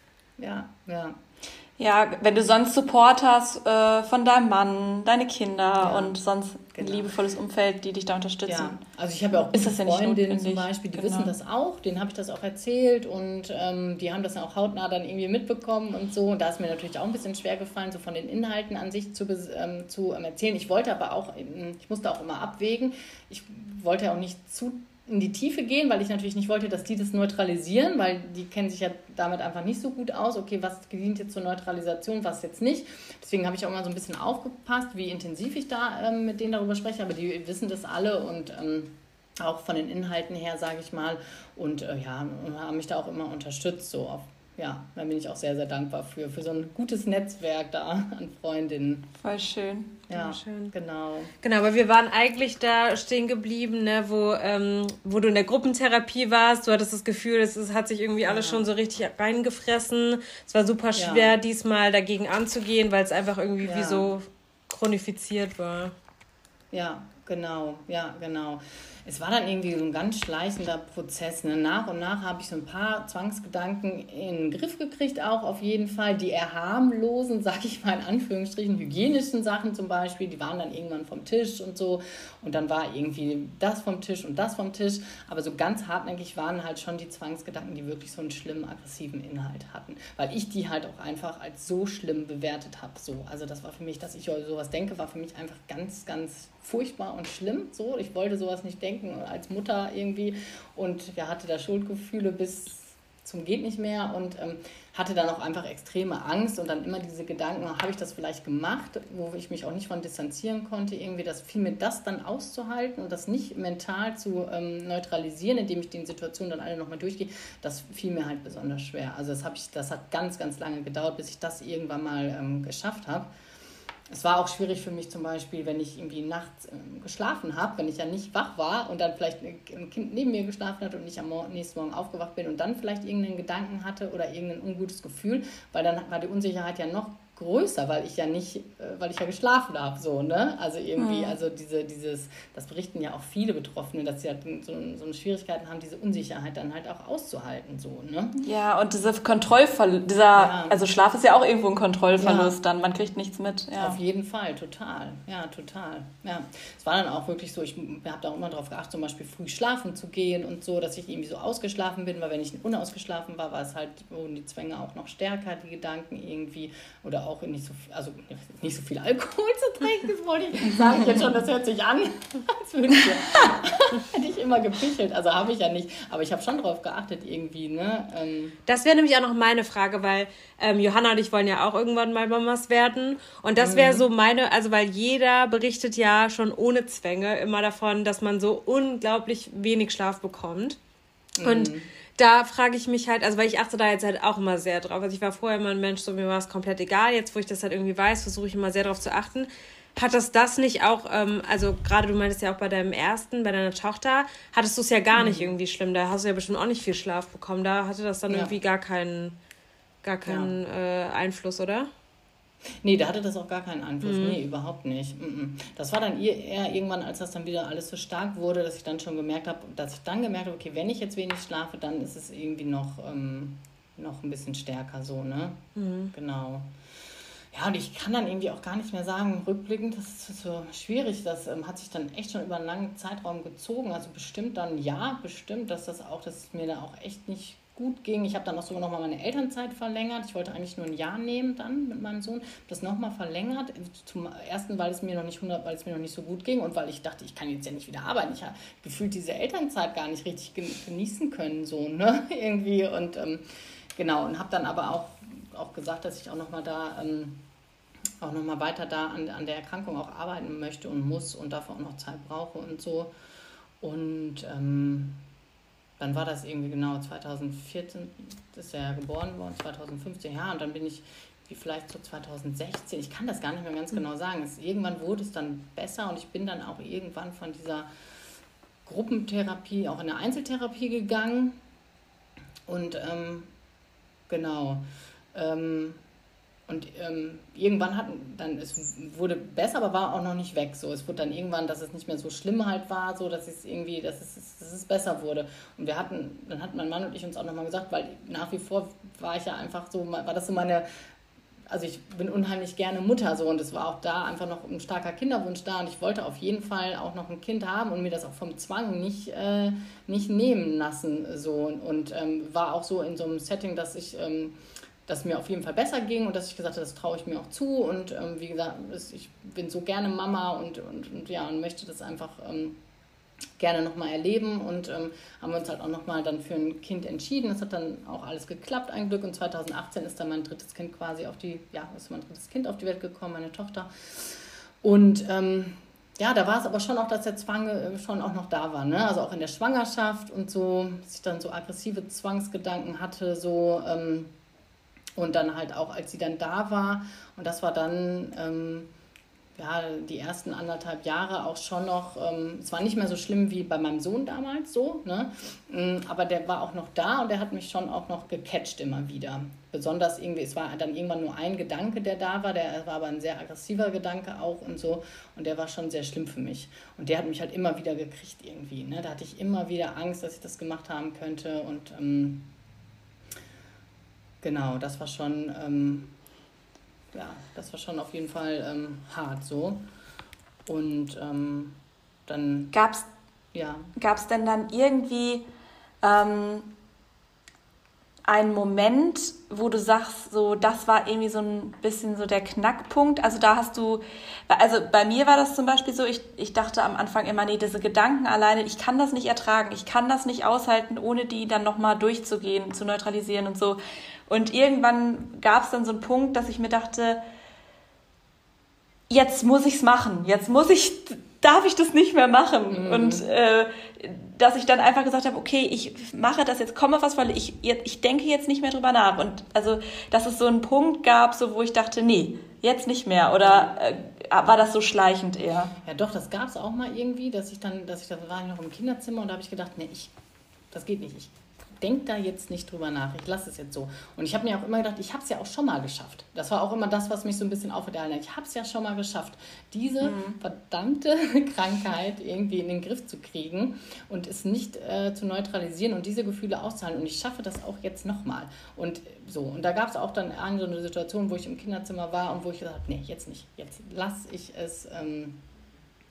Ja, wenn du sonst Support hast von deinem Mann, deine Kinder und sonst ein liebevolles Umfeld, die dich da unterstützen. Ja. Also ich habe ja auch gute Freundinnen zum Beispiel, die wissen das auch, denen habe ich das auch erzählt und die haben das auch hautnah dann irgendwie mitbekommen und so. Und da ist mir natürlich auch ein bisschen schwer gefallen, so von den Inhalten an sich zu erzählen. Ich wollte aber auch, ich musste auch immer abwägen, ich wollte auch nicht zu in die Tiefe gehen, weil ich natürlich nicht wollte, dass die das neutralisieren, weil die kennen sich ja damit einfach nicht so gut aus. Okay, was dient jetzt zur Neutralisation, was jetzt nicht. Deswegen habe ich auch mal so ein bisschen aufgepasst, wie intensiv ich da mit denen darüber spreche. Aber die wissen das alle und auch von den Inhalten her, sage ich mal. Und haben mich da auch immer unterstützt. So da bin ich auch sehr, sehr dankbar für so ein gutes Netzwerk da an Freundinnen. Voll schön. Ja, schön. Genau, aber wir waren eigentlich da stehen geblieben, ne, wo du in der Gruppentherapie warst. Du hattest das Gefühl, es hat sich irgendwie alles schon so richtig reingefressen. Es war super schwer, diesmal dagegen anzugehen, weil es einfach irgendwie wie so chronifiziert war. Ja, genau. Es war dann irgendwie so ein ganz schleichender Prozess. Ne? Nach und nach habe ich so ein paar Zwangsgedanken in den Griff gekriegt, auch auf jeden Fall. Die harmlosen, sage ich mal in Anführungsstrichen, hygienischen Sachen zum Beispiel, die waren dann irgendwann vom Tisch und so. Und dann war irgendwie das vom Tisch und das vom Tisch. Aber so ganz hartnäckig waren halt schon die Zwangsgedanken, die wirklich so einen schlimmen, aggressiven Inhalt hatten. Weil ich die halt auch einfach als so schlimm bewertet habe. So. Also das war für mich, dass ich sowas denke, war für mich einfach ganz, ganz furchtbar und schlimm. So. Ich wollte sowas nicht denken als Mutter irgendwie und hatte da Schuldgefühle bis zum geht nicht mehr und hatte dann auch einfach extreme Angst und dann immer diese Gedanken, habe ich das vielleicht gemacht, wo ich mich auch nicht von distanzieren konnte, irgendwie fiel mir das dann auszuhalten und das nicht mental zu neutralisieren, indem ich die Situation dann alle nochmal durchgehe, das fiel mir halt besonders schwer. Also das hat ganz, ganz lange gedauert, bis ich das irgendwann mal geschafft habe. Es war auch schwierig für mich zum Beispiel, wenn ich irgendwie nachts geschlafen habe, wenn ich ja nicht wach war und dann vielleicht ein Kind neben mir geschlafen hat und ich am nächsten Morgen aufgewacht bin und dann vielleicht irgendeinen Gedanken hatte oder irgendein ungutes Gefühl, weil dann war die Unsicherheit ja noch größer, weil ich ja geschlafen habe, so, ne? Also irgendwie, also das berichten ja auch viele Betroffene, dass sie halt so eine Schwierigkeiten haben, diese Unsicherheit dann halt auch auszuhalten, so, ne? Ja, und dieser Kontrollverlust, also Schlaf ist ja auch irgendwo ein Kontrollverlust dann, man kriegt nichts mit. Ja. Auf jeden Fall, total. Ja, total. Ja. Es war dann auch wirklich so, ich habe da auch immer darauf geachtet, zum Beispiel früh schlafen zu gehen und so, dass ich irgendwie so ausgeschlafen bin, weil wenn ich unausgeschlafen war, wurden die Zwänge auch noch stärker, die Gedanken irgendwie, oder auch auch nicht so viel Alkohol zu trinken, das wollte ich, sage ich jetzt schon, das hört sich an, als würde ich, hätte ich immer gepichelt, also habe ich ja nicht, aber ich habe schon drauf geachtet irgendwie, ne. Das wäre nämlich auch noch meine Frage, weil Johanna und ich wollen ja auch irgendwann mal Mamas werden und das wäre so also weil jeder berichtet ja schon ohne Zwänge immer davon, dass man so unglaublich wenig Schlaf bekommt und da frage ich mich halt, also weil ich achte da jetzt halt auch immer sehr drauf. Also ich war vorher immer ein Mensch, so mir war es komplett egal. Jetzt, wo ich das halt irgendwie weiß, versuche ich immer sehr drauf zu achten. Hat das nicht auch, also gerade du meintest ja auch bei deiner Tochter, hattest du es ja gar nicht irgendwie schlimm. Da hast du ja bestimmt auch nicht viel Schlaf bekommen. Da hatte das dann irgendwie gar keinen Einfluss, oder? Nee, da hatte das auch gar keinen Einfluss. Nee, überhaupt nicht. Das war dann eher irgendwann, als das dann wieder alles so stark wurde, dass ich dann gemerkt habe, okay, wenn ich jetzt wenig schlafe, dann ist es irgendwie noch ein bisschen stärker so, ne? Genau. Ja, und ich kann dann irgendwie auch gar nicht mehr sagen, rückblickend, das ist so schwierig, das hat sich dann echt schon über einen langen Zeitraum gezogen, also bestimmt, dass es mir da auch echt nicht gut ging. Ich habe dann auch sogar nochmal meine Elternzeit verlängert. Ich wollte eigentlich nur ein Jahr nehmen dann mit meinem Sohn. Das nochmal verlängert. Zum ersten, weil es mir noch nicht so gut ging und weil ich dachte, ich kann jetzt ja nicht wieder arbeiten. Ich habe gefühlt diese Elternzeit gar nicht richtig genießen können, so, ne, irgendwie. Und genau, und habe dann aber auch gesagt, dass ich auch nochmal weiter da an der Erkrankung auch arbeiten möchte und muss und dafür auch noch Zeit brauche und so. Und dann war das irgendwie genau 2014, ist er ja geboren worden, 2015, ja, und dann bin ich vielleicht so 2016, ich kann das gar nicht mehr ganz genau sagen, irgendwann wurde es dann besser und ich bin dann auch irgendwann von dieser Gruppentherapie auch in eine Einzeltherapie gegangen und genau, und irgendwann es wurde besser, aber war auch noch nicht weg. So. Es wurde dann irgendwann, dass es nicht mehr so schlimm halt war, so dass es besser wurde. Und dann hat mein Mann und ich uns auch nochmal gesagt, weil nach wie vor war ich ja einfach so, war das so also ich bin unheimlich gerne Mutter so und es war auch da einfach noch ein starker Kinderwunsch da und ich wollte auf jeden Fall auch noch ein Kind haben und mir das auch vom Zwang nicht nehmen lassen. So. Und war auch so in so einem Setting, dass mir auf jeden Fall besser ging und dass ich gesagt habe, das traue ich mir auch zu und wie gesagt, ich bin so gerne Mama und möchte das einfach gerne nochmal erleben und haben wir uns halt auch nochmal dann für ein Kind entschieden. Das hat dann auch alles geklappt, ein Glück, und 2018 ist dann mein drittes Kind quasi auf die Welt gekommen, meine Tochter. Und da war es aber schon auch, dass der Zwang schon auch noch da war, ne? Also auch in der Schwangerschaft und so, dass ich dann so aggressive Zwangsgedanken hatte, so und dann halt auch, als sie dann da war, und das war dann, die ersten 1,5 Jahre auch schon noch, es war nicht mehr so schlimm wie bei meinem Sohn damals so, ne? Aber der war auch noch da und der hat mich schon auch noch gecatcht immer wieder. Besonders irgendwie, es war dann irgendwann nur ein Gedanke, der da war, der war aber ein sehr aggressiver Gedanke auch und so, und der war schon sehr schlimm für mich. Und der hat mich halt immer wieder gekriegt irgendwie, ne? Da hatte ich immer wieder Angst, dass ich das gemacht haben könnte und genau, das war schon, auf jeden Fall hart so. Und dann... Gab's denn dann irgendwie einen Moment, wo du sagst, so, das war irgendwie so ein bisschen so der Knackpunkt? Also bei mir war das zum Beispiel so, ich dachte am Anfang immer, nee, diese Gedanken alleine, ich kann das nicht ertragen, ich kann das nicht aushalten, ohne die dann nochmal durchzugehen, zu neutralisieren und so. Und irgendwann gab es dann so einen Punkt, dass ich mir dachte, jetzt muss ich es machen, darf ich das nicht mehr machen. Und dass ich dann einfach gesagt habe, okay, ich mache das jetzt, komme was, weil ich denke jetzt nicht mehr drüber nach. Und also, dass es so einen Punkt gab, so wo ich dachte, nee, jetzt nicht mehr. Oder war das so schleichend eher? Ja doch, das gab es auch mal irgendwie, da war ich noch im Kinderzimmer und da habe ich gedacht, nee, das geht nicht, ich denke da jetzt nicht drüber nach, ich lasse es jetzt so. Und ich habe mir auch immer gedacht, ich habe es ja auch schon mal geschafft. Das war auch immer das, was mich so ein bisschen aufgehalten hat. Ich habe es ja schon mal geschafft, diese verdammte Krankheit irgendwie in den Griff zu kriegen und es nicht zu neutralisieren und diese Gefühle auszuhalten. Und ich schaffe das auch jetzt nochmal. Und so. Und da gab es auch dann so eine Situation, wo ich im Kinderzimmer war und wo ich gesagt habe, nee, jetzt nicht. Jetzt lasse ich es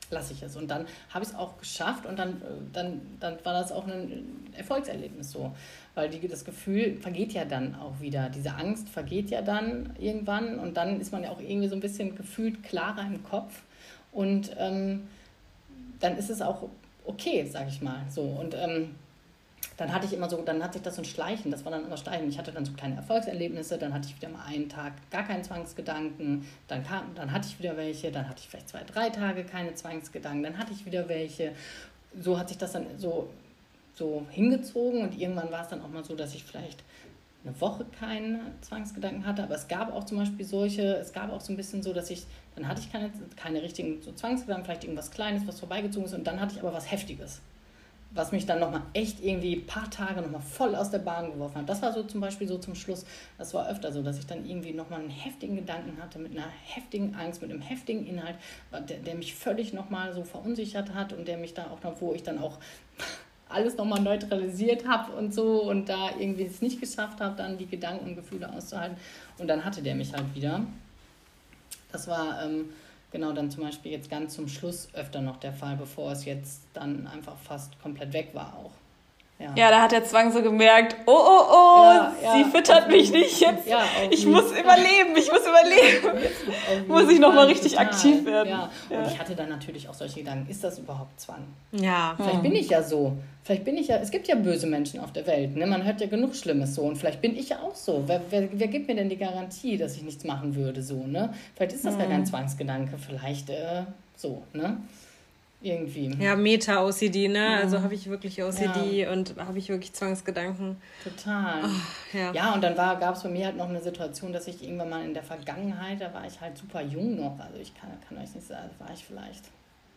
lasse ich es. Und dann habe ich es auch geschafft und dann war das auch ein Erfolgserlebnis so. Weil das Gefühl vergeht ja dann auch wieder. Diese Angst vergeht ja dann irgendwann und dann ist man ja auch irgendwie so ein bisschen gefühlt klarer im Kopf. Und dann ist es auch okay, sag ich mal. So. Und dann hatte ich das so ein Schleichen, das war dann immer Schleichen. Ich hatte dann so kleine Erfolgserlebnisse, dann hatte ich wieder mal einen Tag gar keinen Zwangsgedanken, dann hatte ich wieder welche, dann hatte ich vielleicht 2, 3 Tage keine Zwangsgedanken, dann hatte ich wieder welche. So hat sich das dann so hingezogen und irgendwann war es dann auch mal so, dass ich vielleicht eine Woche keine Zwangsgedanken hatte, aber es gab auch zum Beispiel so ein bisschen so, dass dann hatte ich keine richtigen so Zwangsgedanken, vielleicht irgendwas Kleines, was vorbeigezogen ist und dann hatte ich aber was Heftiges, was mich dann nochmal echt irgendwie ein paar Tage nochmal voll aus der Bahn geworfen hat. Das war so zum Beispiel so zum Schluss, das war öfter so, dass ich dann irgendwie nochmal einen heftigen Gedanken hatte, mit einer heftigen Angst, mit einem heftigen Inhalt, der mich völlig nochmal so verunsichert hat und der mich da auch noch, wo ich dann auch alles nochmal neutralisiert habe und so und da irgendwie es nicht geschafft habe, dann die Gedanken und Gefühle auszuhalten. Und dann hatte der mich halt wieder. Das war genau dann zum Beispiel jetzt ganz zum Schluss öfter noch der Fall, bevor es jetzt dann einfach fast komplett weg war auch. Ja, da hat der Zwang so gemerkt, sie füttert mich nicht jetzt. Ja, ich muss überleben. Muss ich nochmal richtig aktiv werden. Ja. Und ich hatte dann natürlich auch solche Gedanken, ist das überhaupt Zwang? Ja. Vielleicht bin ich ja so. Es gibt ja böse Menschen auf der Welt. Ne? Man hört ja genug Schlimmes so. Und vielleicht bin ich ja auch so. Wer gibt mir denn die Garantie, dass ich nichts machen würde? So, ne? Vielleicht ist das gar kein Zwangsgedanke. Vielleicht so, ne? Irgendwie. Ja, Meta-OCD, ne? Ja. Also habe ich wirklich OCD und habe ich wirklich Zwangsgedanken. Total. Ja, und dann gab es bei mir halt noch eine Situation, dass ich irgendwann mal in der Vergangenheit, da war ich halt super jung noch, also ich kann euch nicht sagen, war ich vielleicht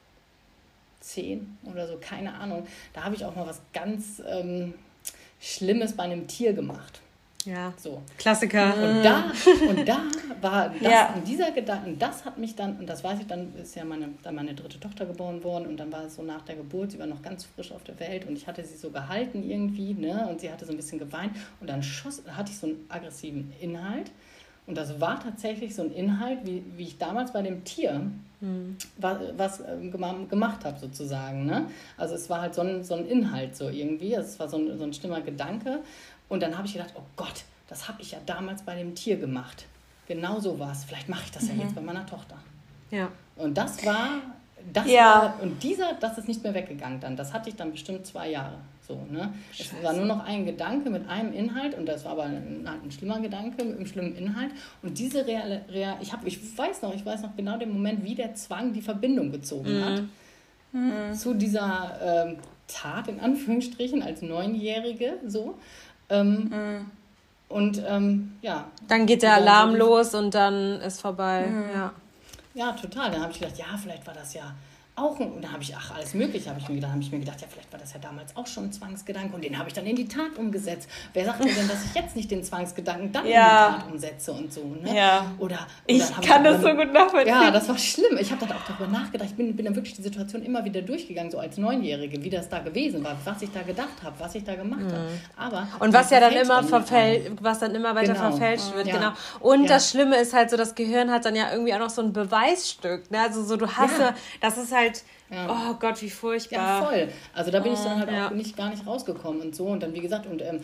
10 oder so, keine Ahnung. Da habe ich auch mal was ganz Schlimmes bei einem Tier gemacht. Ja, so. Klassiker. Und da war das, und dieser Gedanke, das hat mich dann, und das weiß ich, dann ist ja meine 3. Tochter geboren worden und dann war es so nach der Geburt, sie war noch ganz frisch auf der Welt und ich hatte sie so gehalten irgendwie, ne, und sie hatte so ein bisschen geweint und dann hatte ich so einen aggressiven Inhalt und das war tatsächlich so ein Inhalt, wie ich damals bei dem Tier was gemacht habe sozusagen, ne, also es war halt so ein Inhalt so irgendwie, also es war so ein schlimmer Gedanke. Und dann habe ich gedacht, oh Gott, das habe ich ja damals bei dem Tier gemacht. Genau so war es. Vielleicht mache ich das ja jetzt bei meiner Tochter. Ja. Und das ist nicht mehr weggegangen dann. Das hatte ich dann bestimmt 2 Jahre. So, ne? Es war nur noch ein Gedanke mit einem Inhalt und das war aber ein schlimmer Gedanke mit einem schlimmen Inhalt. Und diese ich weiß noch genau den Moment, wie der Zwang die Verbindung gezogen hat zu dieser Tat, in Anführungsstrichen, als 9-Jährige, so. Und dann geht der Alarm los und dann ist vorbei. Ja, total. Dann habe ich gedacht, ja, vielleicht war das ja auch, und dann habe ich, alles Mögliche, habe ich mir gedacht, ja, vielleicht war das ja damals auch schon ein Zwangsgedanke und den habe ich dann in die Tat umgesetzt. Wer sagt mir denn, dass ich jetzt nicht den Zwangsgedanken dann in die Tat umsetze und so, ne? Ja. Oder ich kann das so gut nachvollziehen. Ja, das war schlimm. Ich habe dann auch darüber nachgedacht. Ich bin dann wirklich die Situation immer wieder durchgegangen, so als 9-Jährige, wie das da gewesen war, was ich da gedacht habe, was ich da gemacht habe. Und was ja dann immer was dann immer weiter verfälscht wird, genau. Und das Schlimme ist halt so, das Gehirn hat dann ja irgendwie auch noch so ein Beweisstück, ne? Also so, das ist halt, oh Gott, wie furchtbar. Ja, voll. Also da bin ich dann halt auch gar nicht rausgekommen und so. Und dann, wie gesagt,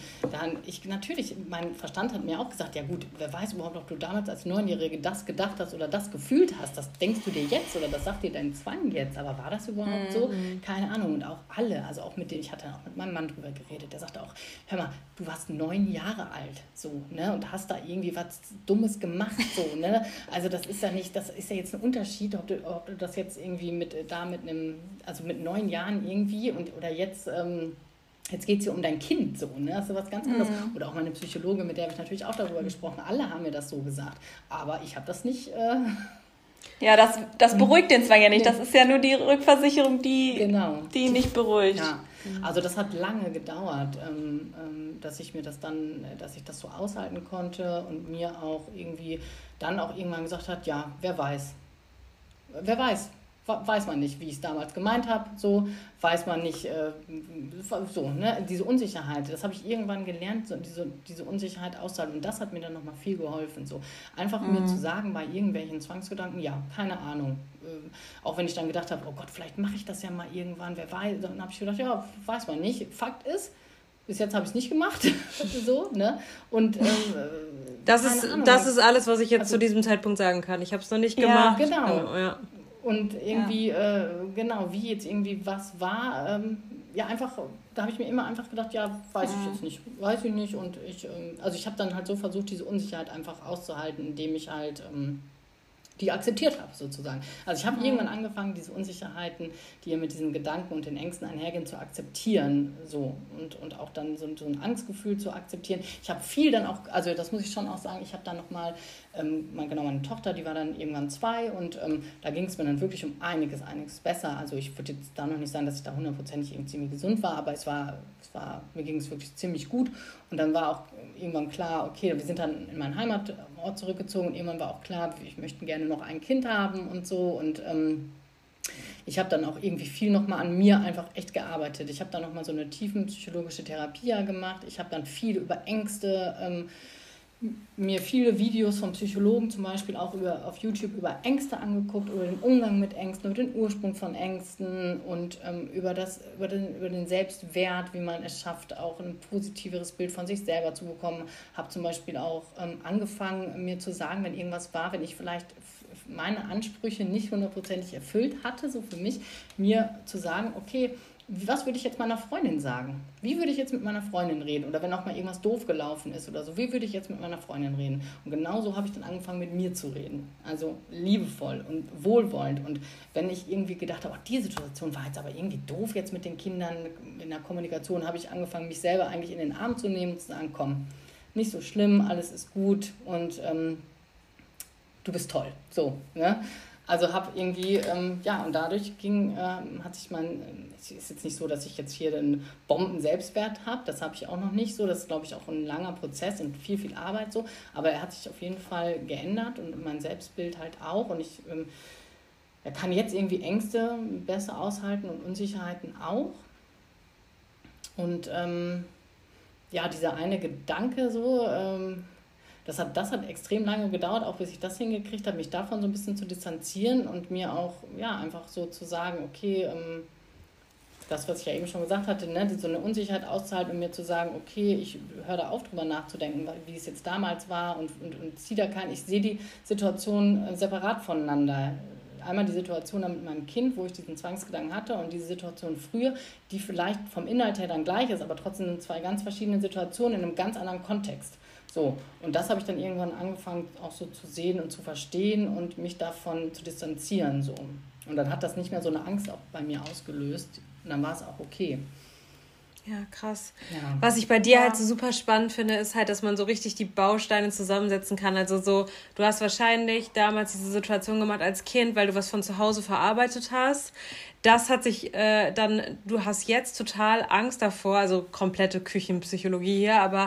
mein Verstand hat mir auch gesagt, ja gut, wer weiß überhaupt, ob du damals als 9-Jährige das gedacht hast oder das gefühlt hast. Das denkst du dir jetzt oder das sagt dir dein Zwang jetzt. Aber war das überhaupt so? Keine Ahnung. Und auch alle, also auch ich hatte auch mit meinem Mann drüber geredet, der sagte auch, hör mal, du warst 9 Jahre alt, so, ne, und hast da irgendwie was Dummes gemacht, so, ne. Also das ist ja jetzt ein Unterschied, ob du das jetzt irgendwie mit 9 Jahren irgendwie oder jetzt geht es ja um dein Kind, so, ne? Das ist was ganz anderes. Oder auch meine Psychologe, mit der habe ich natürlich auch darüber gesprochen. Alle haben mir das so gesagt. Aber ich habe das nicht... Ja, das beruhigt den Zwang ja nicht. Das ist ja nur die Rückversicherung, die nicht beruhigt. Ja. Also das hat lange gedauert, dass ich das so aushalten konnte und mir auch irgendwie dann auch irgendwann gesagt hat, ja, wer weiß. weiß man nicht, wie ich es damals gemeint habe, so, weiß man nicht, so, ne, diese Unsicherheit, das habe ich irgendwann gelernt, so, diese Unsicherheit auszuhalten, und das hat mir dann nochmal viel geholfen, so, einfach mir zu sagen, bei irgendwelchen Zwangsgedanken, ja, keine Ahnung, auch wenn ich dann gedacht habe, oh Gott, vielleicht mache ich das ja mal irgendwann, wer weiß, dann habe ich gedacht, ja, weiß man nicht, Fakt ist, bis jetzt habe ich es nicht gemacht, so, ne, und das ist alles, was ich jetzt zu diesem Zeitpunkt sagen kann, ich habe es noch nicht gemacht. Ja, genau, ja. Und irgendwie, genau, wie jetzt irgendwie was war, ja, einfach, da habe ich mir immer einfach gedacht, ja, weiß ich nicht. Und ich habe dann halt so versucht, diese Unsicherheit einfach auszuhalten, indem ich halt die akzeptiert habe, sozusagen. Also ich habe irgendwann angefangen, diese Unsicherheiten, die ja mit diesen Gedanken und den Ängsten einhergehen, zu akzeptieren, so, und auch dann so ein Angstgefühl zu akzeptieren. Ich habe viel dann auch, also das muss ich schon auch sagen, ich habe dann nochmal, meine Tochter, die war dann irgendwann 2, und da ging es mir dann wirklich um einiges besser. Also ich würde jetzt da noch nicht sagen, dass ich da 100%ig irgendwie ziemlich gesund war, aber mir ging es wirklich ziemlich gut. Und dann war auch irgendwann klar, okay, wir sind dann in meinen Heimatort zurückgezogen, und irgendwann war auch klar, ich möchte gerne noch ein Kind haben und so, und ich habe dann auch irgendwie viel nochmal an mir einfach echt gearbeitet. Ich habe dann nochmal so eine tiefenpsychologische Therapie gemacht. Ich habe dann viel über Ängste, mir viele Videos von Psychologen zum Beispiel auch auf YouTube über Ängste angeguckt, über den Umgang mit Ängsten, über den Ursprung von Ängsten und über den Selbstwert, wie man es schafft, auch ein positiveres Bild von sich selber zu bekommen. Habe zum Beispiel auch angefangen, mir zu sagen, wenn irgendwas war, wenn ich vielleicht meine Ansprüche nicht 100%ig erfüllt hatte, so für mich, mir zu sagen, okay, was würde ich jetzt meiner Freundin sagen? Wie würde ich jetzt mit meiner Freundin reden? Oder wenn auch mal irgendwas doof gelaufen ist oder so, wie würde ich jetzt mit meiner Freundin reden? Und genauso habe ich dann angefangen, mit mir zu reden. Also liebevoll und wohlwollend. Und wenn ich irgendwie gedacht habe, die Situation war jetzt aber irgendwie doof jetzt mit den Kindern in der Kommunikation, habe ich angefangen, mich selber eigentlich in den Arm zu nehmen und zu sagen, komm, nicht so schlimm, alles ist gut und du bist toll. So, ne? Also habe irgendwie, und dadurch hat sich es ist jetzt nicht so, dass ich jetzt hier den Bomben-Selbstwert habe, das habe ich auch noch nicht so, das ist, glaube ich, auch ein langer Prozess und viel, viel Arbeit so, aber er hat sich auf jeden Fall geändert und mein Selbstbild halt auch, und er kann jetzt irgendwie Ängste besser aushalten und Unsicherheiten auch, und dieser eine Gedanke so, das hat extrem lange gedauert, auch bis ich das hingekriegt habe, mich davon so ein bisschen zu distanzieren und mir auch einfach so zu sagen, okay, das, was ich ja eben schon gesagt hatte, ne, so eine Unsicherheit auszuhalten und mir zu sagen, okay, ich höre da auf, drüber nachzudenken, wie es jetzt damals war und ich sehe die Situation separat voneinander. Einmal die Situation dann mit meinem Kind, wo ich diesen Zwangsgedanken hatte, und diese Situation früher, die vielleicht vom Inhalt her dann gleich ist, aber trotzdem sind 2 ganz verschiedene Situationen in einem ganz anderen Kontext. So, und das habe ich dann irgendwann angefangen auch so zu sehen und zu verstehen und mich davon zu distanzieren. So. Und dann hat das nicht mehr so eine Angst auch bei mir ausgelöst, und dann war es auch okay. Ja, krass. Ja. Was ich bei dir halt so super spannend finde, ist halt, dass man so richtig die Bausteine zusammensetzen kann. Also so, du hast wahrscheinlich damals diese Situation gemacht als Kind, weil du was von zu Hause verarbeitet hast. Das hat sich du hast jetzt total Angst davor, also komplette Küchenpsychologie hier, aber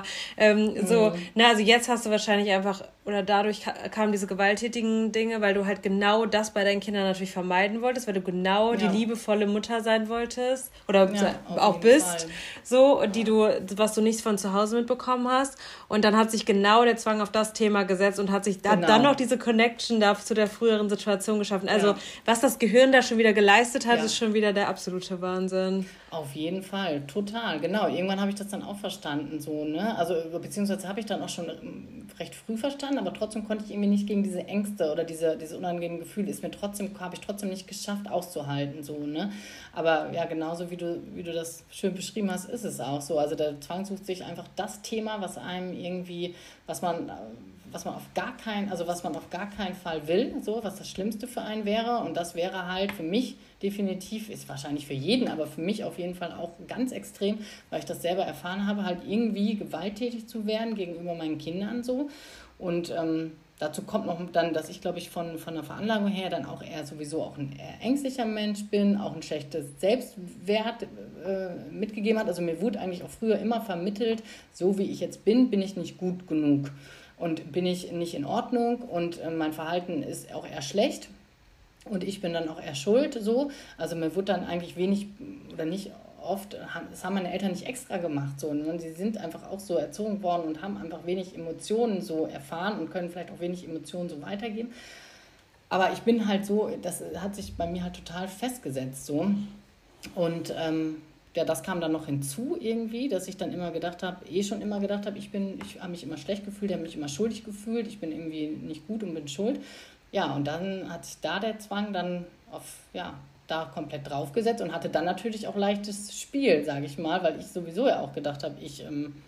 also jetzt hast du wahrscheinlich einfach, oder dadurch kamen diese gewalttätigen Dinge, weil du halt genau das bei deinen Kindern natürlich vermeiden wolltest, weil du genau die liebevolle Mutter sein wolltest oder auch bist, Fall. So, was du nicht von zu Hause mitbekommen hast, und dann hat sich genau der Zwang auf das Thema gesetzt und hat dann noch diese Connection da zu der früheren Situation geschaffen. Also was das Gehirn da schon wieder geleistet hat, ist schon wieder der absolute Wahnsinn. Auf jeden Fall, total, genau. Irgendwann habe ich das dann auch verstanden, so, ne? Also, beziehungsweise habe ich dann auch schon recht früh verstanden, aber trotzdem konnte ich irgendwie nicht gegen diese Ängste oder diese unangenehmen Gefühle, habe ich trotzdem nicht geschafft auszuhalten, so, ne? Aber ja, genauso wie du das schön beschrieben hast, ist es auch so. Also der Zwang sucht sich einfach das Thema, was einem irgendwie, was man auf gar keinen Fall will, so, was das Schlimmste für einen wäre, und das wäre halt für mich definitiv, ist wahrscheinlich für jeden, aber für mich auf jeden Fall auch ganz extrem, weil ich das selber erfahren habe, halt irgendwie gewalttätig zu werden gegenüber meinen Kindern so, und dazu kommt noch dann, dass ich, glaube ich, von der Veranlagung her dann auch eher sowieso auch ein eher ängstlicher Mensch bin, auch ein schlechtes Selbstwert mitgegeben hat, also mir wurde eigentlich auch früher immer vermittelt, so wie ich jetzt bin ich nicht gut genug. Und bin ich nicht in Ordnung und mein Verhalten ist auch eher schlecht. Und ich bin dann auch eher schuld so. Also mir wurde dann eigentlich wenig oder nicht oft, das haben meine Eltern nicht extra gemacht. So, ne? Sie sind einfach auch so erzogen worden und haben einfach wenig Emotionen so erfahren und können vielleicht auch wenig Emotionen so weitergeben. Aber ich bin halt so, das hat sich bei mir halt total festgesetzt so. Und ja, das kam dann noch hinzu irgendwie, dass ich dann immer gedacht habe, ich habe mich immer schlecht gefühlt, ich habe mich immer schuldig gefühlt, ich bin irgendwie nicht gut und bin schuld. Ja, und dann hat sich da der Zwang dann da komplett draufgesetzt und hatte dann natürlich auch leichtes Spiel, sage ich mal, weil ich sowieso ja auch gedacht habe, ich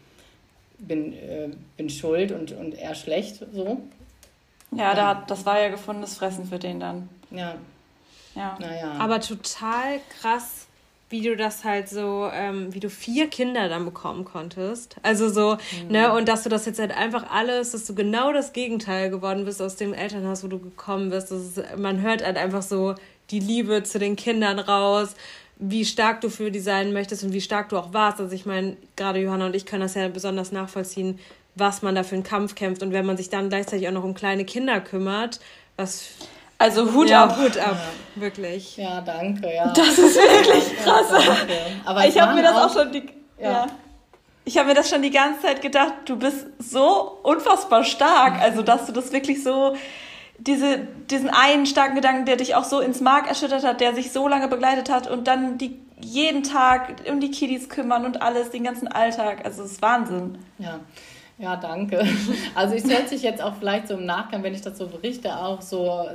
bin schuld und eher schlecht, so. Ja, das war ja gefundenes Fressen für den dann. Ja. Naja. Aber total krass, wie du das halt so, wie du 4 Kinder dann bekommen konntest. Also so, ne, und dass du das jetzt halt einfach alles, dass du genau das Gegenteil geworden bist aus dem Elternhaus, wo du gekommen bist. Man hört halt einfach so die Liebe zu den Kindern raus, wie stark du für die sein möchtest und wie stark du auch warst. Also ich meine, gerade Johanna und ich können das ja besonders nachvollziehen, was man da für einen Kampf kämpft. Und wenn man sich dann gleichzeitig auch noch um kleine Kinder kümmert, Also Hut ab, wirklich. Ja, danke, ja. Das ist wirklich krass. Danke. Aber ich habe mir das auch schon ich habe mir das schon die ganze Zeit gedacht, du bist so unfassbar stark, also dass du das wirklich so, diesen einen starken Gedanken, der dich auch so ins Mark erschüttert hat, der sich so lange begleitet hat und dann jeden Tag um die Kiddies kümmern und alles, den ganzen Alltag, also das ist Wahnsinn. Ja, danke. Also es hört sich jetzt auch vielleicht so im Nachgang, wenn ich das so berichte, auch so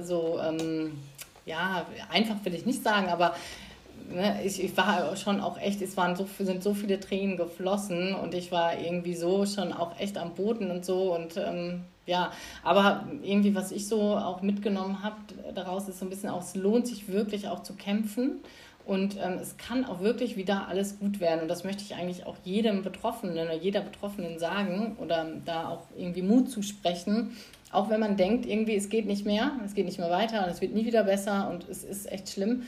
einfach will ich nicht sagen, aber ne, ich war schon auch echt, sind so viele Tränen geflossen und ich war irgendwie so schon auch echt am Boden und so und aber irgendwie, was ich so auch mitgenommen habe daraus, ist so ein bisschen auch, es lohnt sich wirklich auch zu kämpfen. Und es kann auch wirklich wieder alles gut werden. Und das möchte ich eigentlich auch jedem Betroffenen oder jeder Betroffenen sagen oder da auch irgendwie Mut zusprechen. Auch wenn man denkt, irgendwie es geht nicht mehr weiter und es wird nie wieder besser und es ist echt schlimm.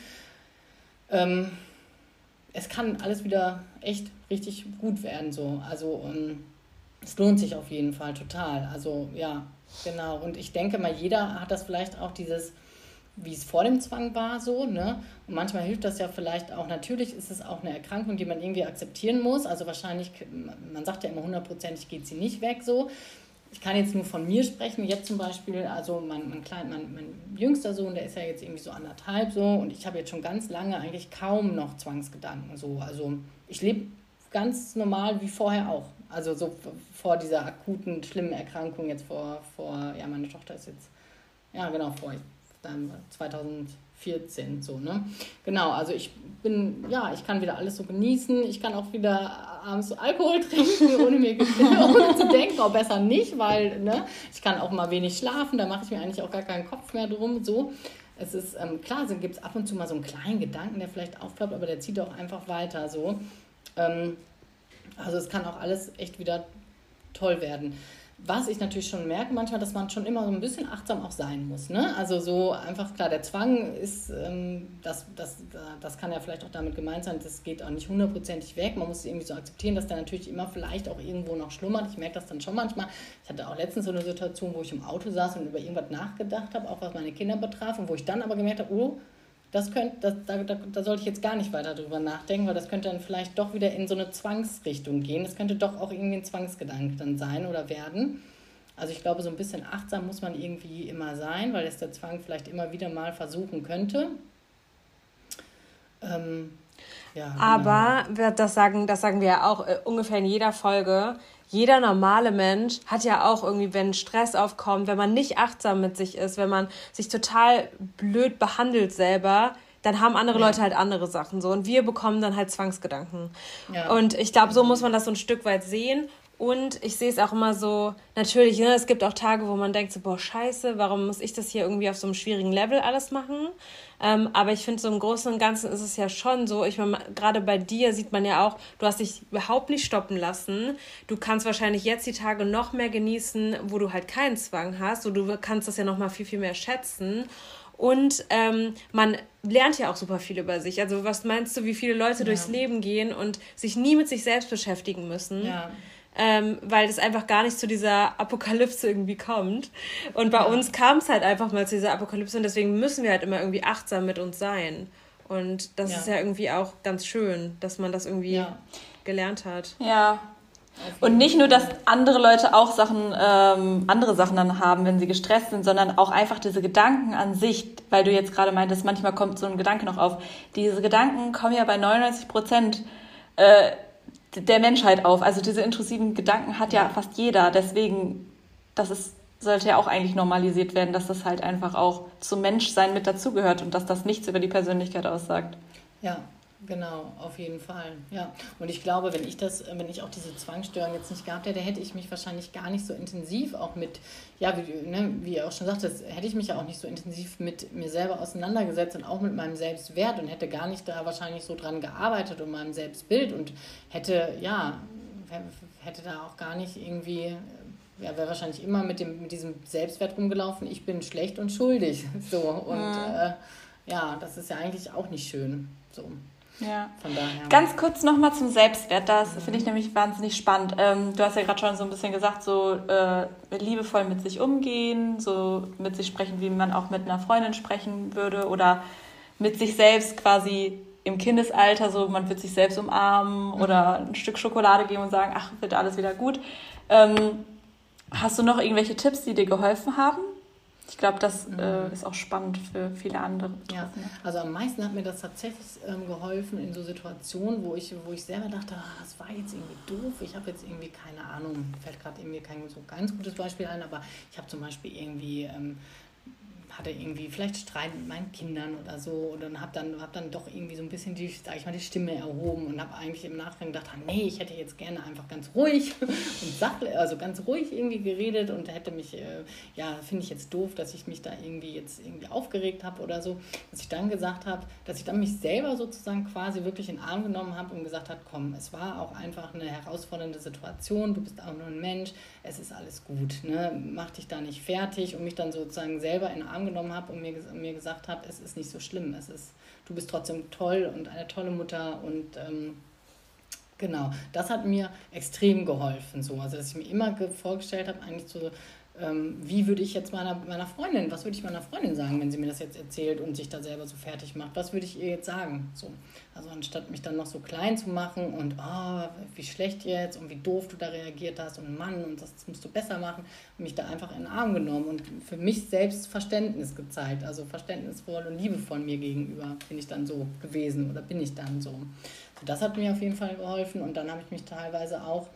Es kann alles wieder echt richtig gut werden. So. Also es lohnt sich auf jeden Fall total. Also ja, genau. Und ich denke mal, jeder hat das vielleicht auch wie es vor dem Zwang war, so, ne? Und manchmal hilft das ja vielleicht auch, natürlich ist es auch eine Erkrankung, die man irgendwie akzeptieren muss, also wahrscheinlich, man sagt ja immer 100%ig geht sie nicht weg, so. Ich kann jetzt nur von mir sprechen, jetzt zum Beispiel, also mein jüngster Sohn, der ist ja jetzt irgendwie so 1,5 so und ich habe jetzt schon ganz lange eigentlich kaum noch Zwangsgedanken, so. Also ich lebe ganz normal wie vorher auch, also so vor dieser akuten, schlimmen Erkrankung jetzt meine Tochter ist jetzt, vor 2014 so, ne? Genau, also ich kann wieder alles so genießen, ich kann auch wieder abends so Alkohol trinken, ohne zu denken, auch besser nicht, weil, ne, ich kann auch mal wenig schlafen, da mache ich mir eigentlich auch gar keinen Kopf mehr drum, so. Es ist, klar, gibt es ab und zu mal so einen kleinen Gedanken, der vielleicht aufploppt, aber der zieht auch einfach weiter, so. Also es kann auch alles echt wieder toll werden. Was ich natürlich schon merke manchmal, dass man schon immer so ein bisschen achtsam auch sein muss. Ne? Also so einfach, klar, der Zwang ist, das kann ja vielleicht auch damit gemeint sein, das geht auch nicht 100%ig weg. Man muss irgendwie so akzeptieren, dass der natürlich immer vielleicht auch irgendwo noch schlummert. Ich merke das dann schon manchmal. Ich hatte auch letztens so eine Situation, wo ich im Auto saß und über irgendwas nachgedacht habe, auch was meine Kinder betraf und wo ich dann aber gemerkt habe, da sollte ich jetzt gar nicht weiter drüber nachdenken, weil das könnte dann vielleicht doch wieder in so eine Zwangsrichtung gehen. Das könnte doch auch irgendwie ein Zwangsgedanke dann sein oder werden. Also ich glaube, so ein bisschen achtsam muss man irgendwie immer sein, weil es der Zwang vielleicht immer wieder mal versuchen könnte. Aber das sagen wir ja auch ungefähr in jeder Folge. Jeder normale Mensch hat ja auch irgendwie, wenn Stress aufkommt, wenn man nicht achtsam mit sich ist, wenn man sich total blöd behandelt selber, dann haben andere Leute halt andere Sachen so und wir bekommen dann halt Zwangsgedanken. Ja. Und ich glaube, so muss man das so ein Stück weit sehen. Und ich sehe es auch immer so, natürlich, ne, es gibt auch Tage, wo man denkt so, boah, scheiße, warum muss ich das hier irgendwie auf so einem schwierigen Level alles machen? Aber ich finde, so im Großen und Ganzen ist es ja schon so, ich meine, gerade bei dir sieht man ja auch, du hast dich überhaupt nicht stoppen lassen. Du kannst wahrscheinlich jetzt die Tage noch mehr genießen, wo du halt keinen Zwang hast. So, du kannst das ja noch mal viel, viel mehr schätzen. Und man lernt ja auch super viel über sich. Also was meinst du, wie viele Leute durchs Leben gehen und sich nie mit sich selbst beschäftigen müssen? Ja. weil es einfach gar nicht zu dieser Apokalypse irgendwie kommt. Und bei uns kam es halt einfach mal zu dieser Apokalypse und deswegen müssen wir halt immer irgendwie achtsam mit uns sein. Und das ist ja irgendwie auch ganz schön, dass man das irgendwie gelernt hat. Ja. Und nicht nur, dass andere Leute auch andere Sachen dann haben, wenn sie gestresst sind, sondern auch einfach diese Gedanken an sich, weil du jetzt gerade meintest, manchmal kommt so ein Gedanke noch auf. Diese Gedanken kommen ja bei 99% der Menschheit auf. Also diese intrusiven Gedanken hat ja fast jeder. Deswegen, sollte ja auch eigentlich normalisiert werden, dass das halt einfach auch zum Menschsein mit dazugehört und dass das nichts über die Persönlichkeit aussagt. Ja, genau, auf jeden Fall. Ja. Und ich glaube, wenn ich auch diese Zwangsstörung jetzt nicht gehabt hätte, hätte ich mich wahrscheinlich gar nicht so intensiv auch mit, wie ihr auch schon sagtet, hätte ich mich ja auch nicht so intensiv mit mir selber auseinandergesetzt und auch mit meinem Selbstwert und hätte gar nicht da wahrscheinlich so dran gearbeitet und meinem Selbstbild und hätte da auch gar nicht irgendwie, wäre wahrscheinlich immer mit diesem Selbstwert rumgelaufen, ich bin schlecht und schuldig. So. Und das ist ja eigentlich auch nicht schön. So. Ja. Von daher. Ganz kurz nochmal zum Selbstwert, das finde ich nämlich wahnsinnig spannend. Du hast ja gerade schon so ein bisschen gesagt, so liebevoll mit sich umgehen, so mit sich sprechen, wie man auch mit einer Freundin sprechen würde oder mit sich selbst quasi im Kindesalter, so man wird sich selbst umarmen oder ein Stück Schokolade geben und sagen, ach, wird alles wieder gut. Hast du noch irgendwelche Tipps, die dir geholfen haben? Ich glaube, das ist auch spannend für viele andere Betroffene. Ja, also am meisten hat mir das tatsächlich geholfen in so Situationen, wo ich selber dachte, das war jetzt irgendwie doof, ich habe jetzt irgendwie keine Ahnung, fällt gerade irgendwie kein so ganz gutes Beispiel ein, aber ich habe zum Beispiel irgendwie hatte irgendwie vielleicht Streit mit meinen Kindern oder so und dann hab dann doch irgendwie so ein bisschen die Stimme erhoben und habe eigentlich im Nachgang gedacht, nee, ich hätte jetzt gerne einfach ganz ruhig und ganz ruhig irgendwie geredet und hätte mich, finde ich jetzt doof, dass ich mich da irgendwie aufgeregt habe oder so, dass ich dann gesagt habe, dass ich dann mich selber sozusagen quasi wirklich in den Arm genommen habe und gesagt habe, komm, es war auch einfach eine herausfordernde Situation, du bist auch nur ein Mensch, es ist alles gut, ne? Mach dich da nicht fertig und mich dann sozusagen selber in den Arm genommen habe und mir gesagt habe, es ist nicht so schlimm, du bist trotzdem toll und eine tolle Mutter und genau, das hat mir extrem geholfen, so, also dass ich mir immer vorgestellt habe, eigentlich so, wie würde ich jetzt was würde ich meiner Freundin sagen, wenn sie mir das jetzt erzählt und sich da selber so fertig macht, was würde ich ihr jetzt sagen, so, also anstatt mich dann noch so klein zu machen und wie schlecht jetzt und wie doof du da reagiert hast und Mann und das musst du besser machen, mich da einfach in den Arm genommen und für mich selbst Verständnis gezeigt, also verständnisvoll und liebevoll mir gegenüber bin ich dann so gewesen oder bin ich dann so. Das hat mir auf jeden Fall geholfen und dann habe ich mich teilweise auch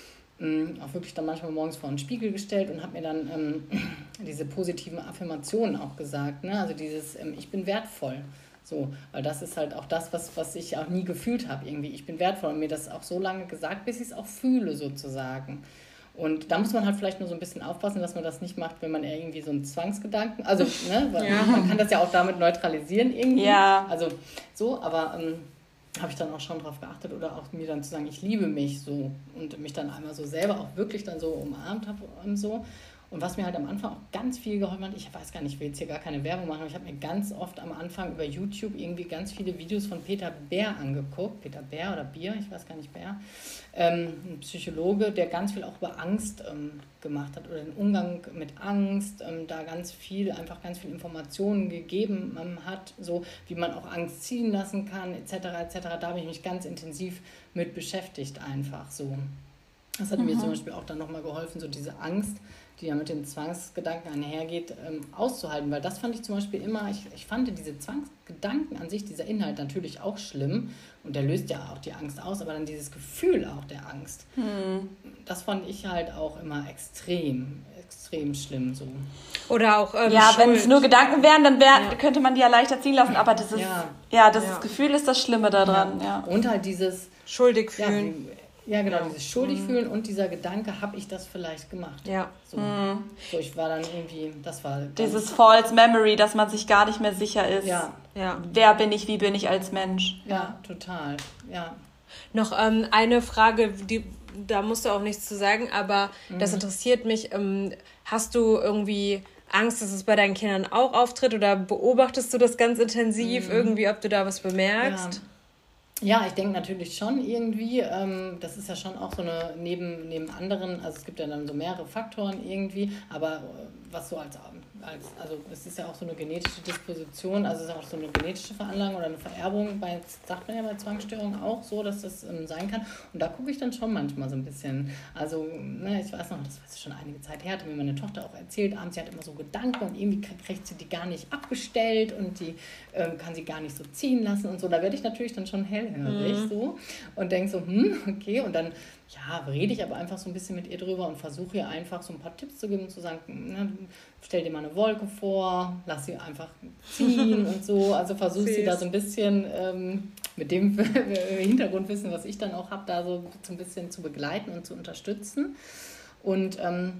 wirklich dann manchmal morgens vor den Spiegel gestellt und habe mir dann diese positiven Affirmationen auch gesagt, ne? Also dieses ich bin wertvoll, so, weil das ist halt auch das, was ich auch nie gefühlt habe irgendwie, ich bin wertvoll und mir das auch so lange gesagt, bis ich es auch fühle sozusagen. Und da muss man halt vielleicht nur so ein bisschen aufpassen, dass man das nicht macht, wenn man irgendwie so einen Zwangsgedanken, also ne, weil man kann das ja auch damit neutralisieren irgendwie, also so, aber habe ich dann auch schon drauf geachtet oder auch mir dann zu sagen, ich liebe mich so und mich dann einmal so selber auch wirklich dann so umarmt habe und so. Und was mir halt am Anfang auch ganz viel geholfen hat, ich weiß gar nicht, ich will jetzt hier gar keine Werbung machen, aber ich habe mir ganz oft am Anfang über YouTube irgendwie ganz viele Videos von Peter Bär angeguckt. Peter Bär oder Bier, ich weiß gar nicht, Bär. Ein Psychologe, der ganz viel auch über Angst gemacht hat oder den Umgang mit Angst, da ganz viel Informationen gegeben hat, so wie man auch Angst ziehen lassen kann, etc. etc. Da habe ich mich ganz intensiv mit beschäftigt einfach so. Das hat mir zum Beispiel auch dann nochmal geholfen, so diese Angst, die ja mit den Zwangsgedanken einhergeht, auszuhalten. Weil das fand ich zum Beispiel immer, ich fand diese Zwangsgedanken an sich, dieser Inhalt natürlich auch schlimm und der löst ja auch die Angst aus, aber dann dieses Gefühl auch der Angst, das fand ich halt auch immer extrem schlimm so. Oder auch wenn es nur Gedanken wären, dann könnte man die ja leichter ziehen lassen, aber das Gefühl ist das Schlimme daran. Ja. Und halt dieses schuldig fühlen. Ja, genau, dieses schuldig fühlen und dieser Gedanke, habe ich das vielleicht gemacht? Ja. So, ich war dann irgendwie, das war... Dieses False Memory, dass man sich gar nicht mehr sicher ist. Ja. Wer bin ich, wie bin ich als Mensch? Ja, total, ja. Noch eine Frage, da musst du auch nichts zu sagen, aber das interessiert mich. Hast du irgendwie Angst, dass es bei deinen Kindern auch auftritt oder beobachtest du das ganz intensiv irgendwie, ob du da was bemerkst? Ja, ich denke natürlich schon irgendwie, das ist ja schon auch so eine neben anderen, also es gibt ja dann so mehrere Faktoren irgendwie, aber was so also es ist ja auch so eine genetische Disposition, also es ist auch so eine genetische Veranlagung oder eine Vererbung, sagt man ja bei Zwangsstörungen auch so, dass das sein kann. Und da gucke ich dann schon manchmal so ein bisschen, also ich weiß noch, das ist schon einige Zeit her, hat mir meine Tochter auch erzählt, abends, sie hat immer so Gedanken und irgendwie kriegt sie die gar nicht abgestellt und die kann sie gar nicht so ziehen lassen und so. Da werde ich natürlich dann schon hellhörig so und denke so, okay, und dann rede ich aber einfach so ein bisschen mit ihr drüber und versuche ihr einfach so ein paar Tipps zu geben und zu sagen, stell dir mal eine Wolke vor, lass sie einfach ziehen und so. Also versuche sie da so ein bisschen mit dem Hintergrundwissen, was ich dann auch habe, da so ein bisschen zu begleiten und zu unterstützen. Und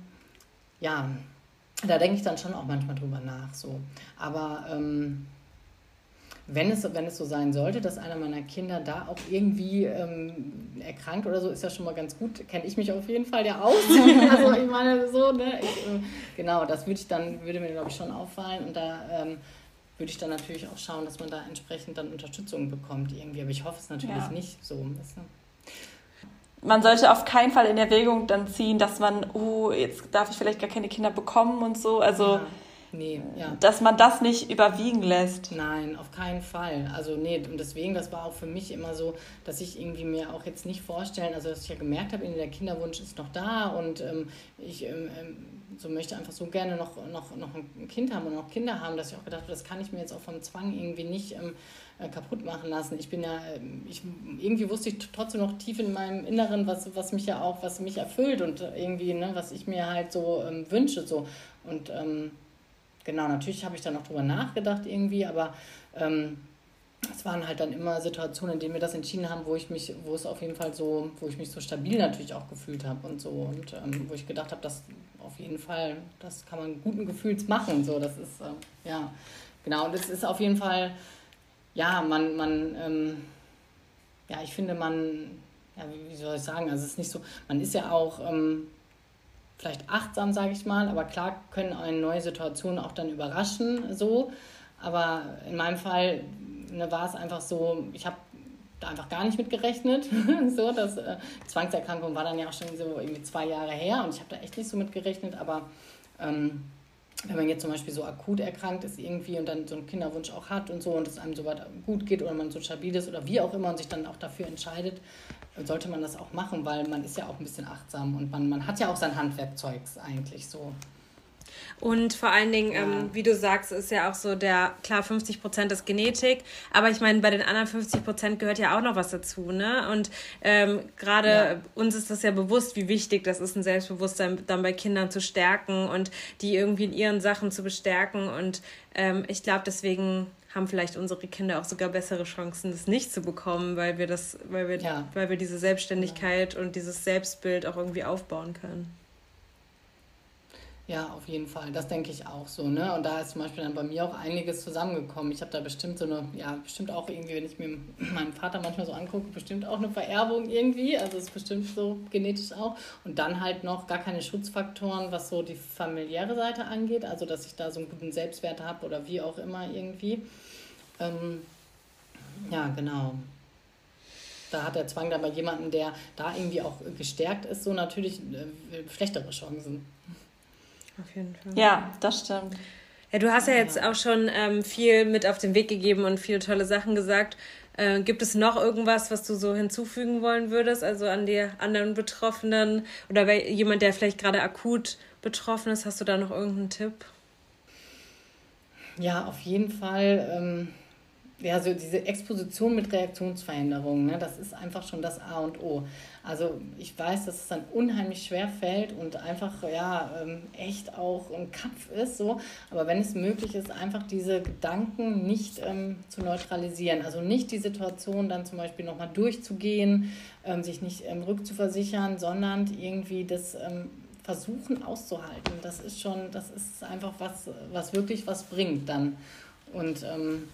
da denke ich dann schon auch manchmal drüber nach. So. Aber wenn es so sein sollte, dass einer meiner Kinder da auch irgendwie erkrankt oder so, ist ja schon mal ganz gut. Kenne ich mich auf jeden Fall ja aus. Also ich meine so, ne? Genau, das würde mir, glaube ich, schon auffallen. Und da würde ich dann natürlich auch schauen, dass man da entsprechend dann Unterstützung bekommt irgendwie. Aber ich hoffe es natürlich nicht so. Weißt du? Man sollte auf keinen Fall in Erwägung dann ziehen, dass man, jetzt darf ich vielleicht gar keine Kinder bekommen und so. Also dass man das nicht überwiegen lässt. Nein, auf keinen Fall. Also und deswegen, das war auch für mich immer so, dass ich irgendwie mir auch jetzt nicht vorstellen, also dass ich ja gemerkt habe, der Kinderwunsch ist noch da und ich so möchte einfach so gerne noch ein Kind haben und noch Kinder haben, dass ich auch gedacht habe, das kann ich mir jetzt auch vom Zwang irgendwie nicht kaputt machen lassen. Irgendwie wusste ich trotzdem noch tief in meinem Inneren, was mich erfüllt und irgendwie, ne, was ich mir halt so wünsche. So. Und genau, natürlich habe ich da noch drüber nachgedacht irgendwie, aber es waren halt dann immer Situationen, in denen wir das entschieden haben, wo ich mich so stabil natürlich auch gefühlt habe und so und wo ich gedacht habe, dass auf jeden Fall, das kann man guten Gefühls machen, so, das ist, genau, und es ist auf jeden Fall, ich finde, wie soll ich sagen, also es ist nicht so, man ist ja auch vielleicht achtsam, sage ich mal, aber klar können eine neue Situation auch dann überraschen, so. Aber in meinem Fall war es einfach so, ich habe da einfach gar nicht mit gerechnet. So, Zwangserkrankung war dann ja auch schon so irgendwie 2 Jahre her und ich habe da echt nicht so mit gerechnet, aber wenn man jetzt zum Beispiel so akut erkrankt ist irgendwie und dann so einen Kinderwunsch auch hat und so und es einem so weit gut geht oder man so stabil ist oder wie auch immer und sich dann auch dafür entscheidet, sollte man das auch machen, weil man ist ja auch ein bisschen achtsam und man hat ja auch sein Handwerkzeugs eigentlich so. Und vor allen Dingen, wie du sagst, ist ja auch so klar, 50% ist Genetik, aber ich meine, bei den anderen 50% gehört ja auch noch was dazu, ne? Und gerade uns ist das ja bewusst, wie wichtig das ist, ein Selbstbewusstsein dann bei Kindern zu stärken und die irgendwie in ihren Sachen zu bestärken und ich glaube, deswegen haben vielleicht unsere Kinder auch sogar bessere Chancen, das nicht zu bekommen, weil wir diese Selbstständigkeit und dieses Selbstbild auch irgendwie aufbauen können. Ja, auf jeden Fall. Das denke ich auch so, ne? Und da ist zum Beispiel dann bei mir auch einiges zusammengekommen. Ich habe da bestimmt bestimmt auch irgendwie, wenn ich mir meinen Vater manchmal so angucke, bestimmt auch eine Vererbung irgendwie. Also ist bestimmt so genetisch auch. Und dann halt noch gar keine Schutzfaktoren, was so die familiäre Seite angeht. Also dass ich da so einen guten Selbstwert habe oder wie auch immer irgendwie. Genau. Da hat der Zwang dann bei jemandem, der da irgendwie auch gestärkt ist, so natürlich schlechtere Chancen. Auf jeden Fall. Ja, das stimmt. Ja, du hast ja jetzt auch schon viel mit auf den Weg gegeben und viele tolle Sachen gesagt. Gibt es noch irgendwas, was du so hinzufügen wollen würdest, also an die anderen Betroffenen oder jemand, der vielleicht gerade akut betroffen ist, hast du da noch irgendeinen Tipp? Ja, auf jeden Fall. So diese Exposition mit Reaktionsverhinderung, ne, das ist einfach schon das A und O. Also ich weiß, dass es dann unheimlich schwer fällt und einfach echt auch ein Kampf ist, so. Aber wenn es möglich ist, einfach diese Gedanken nicht zu neutralisieren, also nicht die Situation dann zum Beispiel nochmal durchzugehen, sich nicht rückzuversichern, sondern irgendwie das versuchen auszuhalten. Das ist einfach was wirklich was bringt dann. Und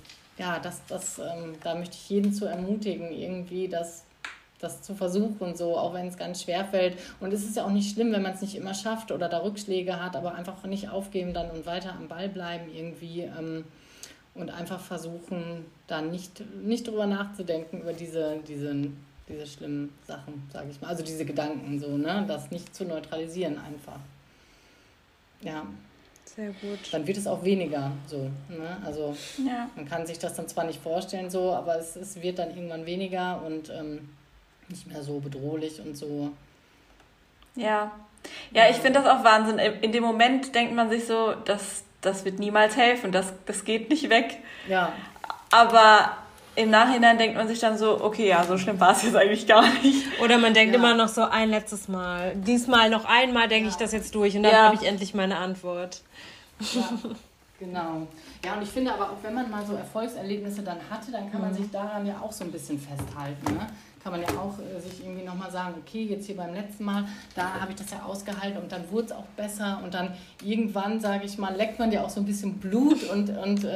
da möchte ich jeden zu ermutigen, irgendwie das zu versuchen, so, auch wenn es ganz schwer fällt. Und es ist ja auch nicht schlimm, wenn man es nicht immer schafft oder da Rückschläge hat, aber einfach nicht aufgeben dann und weiter am Ball bleiben irgendwie. und einfach versuchen, da nicht drüber nachzudenken, über diese schlimmen Sachen, sage ich mal. Also diese Gedanken so, ne? Das nicht zu neutralisieren einfach. Ja. Sehr gut. Dann wird es auch weniger so. Ne? Also man kann sich das dann zwar nicht vorstellen so, aber es wird dann irgendwann weniger und nicht mehr so bedrohlich und so. Ja, ich finde das auch Wahnsinn. In dem Moment denkt man sich so, das wird niemals helfen, das geht nicht weg. Ja. Aber im Nachhinein denkt man sich dann so, okay, ja, so schlimm war es jetzt eigentlich gar nicht. Oder man denkt immer noch so ein letztes Mal. Diesmal noch einmal denke ich das jetzt durch und dann habe ich endlich meine Antwort. Ja, genau. Ja, und ich finde aber auch, wenn man mal so Erfolgserlebnisse dann hatte, dann kann man sich daran ja auch so ein bisschen festhalten, ne? Kann man ja auch sich irgendwie nochmal sagen, okay, jetzt hier beim letzten Mal, da habe ich das ja ausgehalten und dann wurde es auch besser und dann irgendwann, sage ich mal, leckt man ja auch so ein bisschen Blut und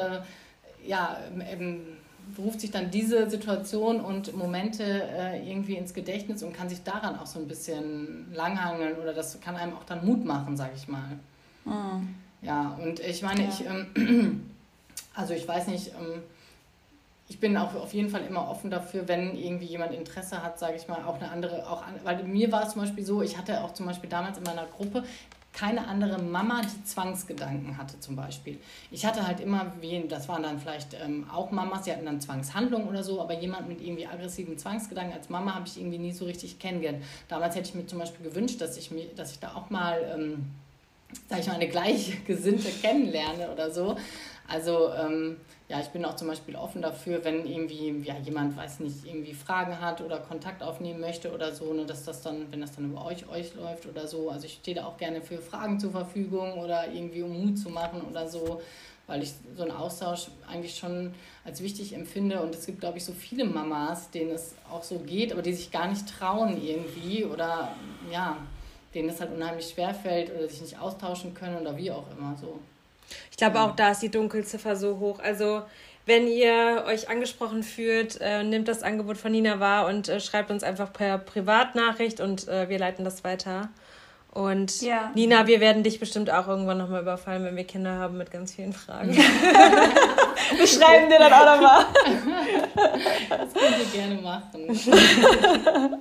ruft sich dann diese Situation und Momente irgendwie ins Gedächtnis und kann sich daran auch so ein bisschen langhangeln oder das kann einem auch dann Mut machen, sage ich mal. Mhm. Ja, und ich meine, ich weiß nicht, ich bin auch auf jeden Fall immer offen dafür, wenn irgendwie jemand Interesse hat, sage ich mal, auch eine andere, weil mir war es zum Beispiel so, ich hatte auch zum Beispiel damals in meiner Gruppe keine andere Mama, die Zwangsgedanken hatte zum Beispiel. Ich hatte halt immer, das waren dann vielleicht auch Mamas, die hatten dann Zwangshandlungen oder so, aber jemand mit irgendwie aggressiven Zwangsgedanken als Mama habe ich irgendwie nie so richtig kennengelernt. Damals hätte ich mir zum Beispiel gewünscht, dass ich da auch mal, sag ich mal, eine Gleichgesinnte kennenlerne oder so. Also ich bin auch zum Beispiel offen dafür, wenn irgendwie jemand, weiß nicht, irgendwie Fragen hat oder Kontakt aufnehmen möchte oder so, ne, dass das dann, wenn das dann über euch läuft oder so, also ich stehe da auch gerne für Fragen zur Verfügung oder irgendwie um Mut zu machen oder so, weil ich so einen Austausch eigentlich schon als wichtig empfinde und es gibt, glaube ich, so viele Mamas, denen es auch so geht, aber die sich gar nicht trauen irgendwie oder denen es halt unheimlich schwerfällt oder sich nicht austauschen können oder wie auch immer so. Ich glaube, auch da ist die Dunkelziffer so hoch. Also, wenn ihr euch angesprochen fühlt, nehmt das Angebot von Nina wahr und schreibt uns einfach per Privatnachricht und wir leiten das weiter. Und Nina, wir werden dich bestimmt auch irgendwann nochmal überfallen, wenn wir Kinder haben mit ganz vielen Fragen. Wir schreiben dir dann auch nochmal. Das könnt ihr gerne machen.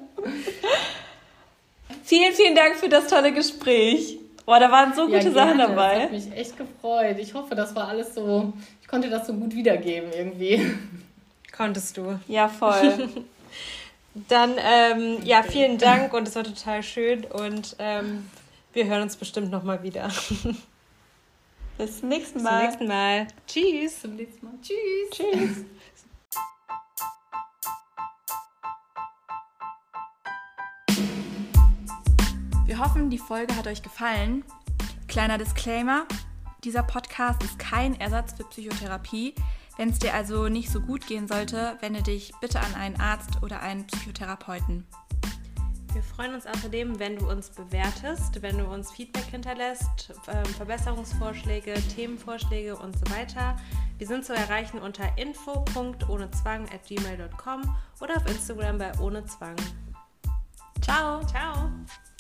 Vielen, vielen Dank für das tolle Gespräch. Boah, da waren so gute Sachen dabei. Das hat mich echt gefreut. Ich hoffe, das war alles so, ich konnte das so gut wiedergeben irgendwie. Konntest du. Ja, voll. Dann, vielen Dank und es war total schön und wir hören uns bestimmt nochmal wieder. Bis zum nächsten Mal. Bis zum nächsten Mal. Tschüss. Zum nächsten Mal. Tschüss. Tschüss. Wir hoffen, die Folge hat euch gefallen. Kleiner Disclaimer, dieser Podcast ist kein Ersatz für Psychotherapie. Wenn es dir also nicht so gut gehen sollte, wende dich bitte an einen Arzt oder einen Psychotherapeuten. Wir freuen uns außerdem, wenn du uns bewertest, wenn du uns Feedback hinterlässt, Verbesserungsvorschläge, Themenvorschläge und so weiter. Wir sind zu erreichen unter info.ohnezwang@gmail.com oder auf Instagram bei ohnezwang. Ciao! Ciao!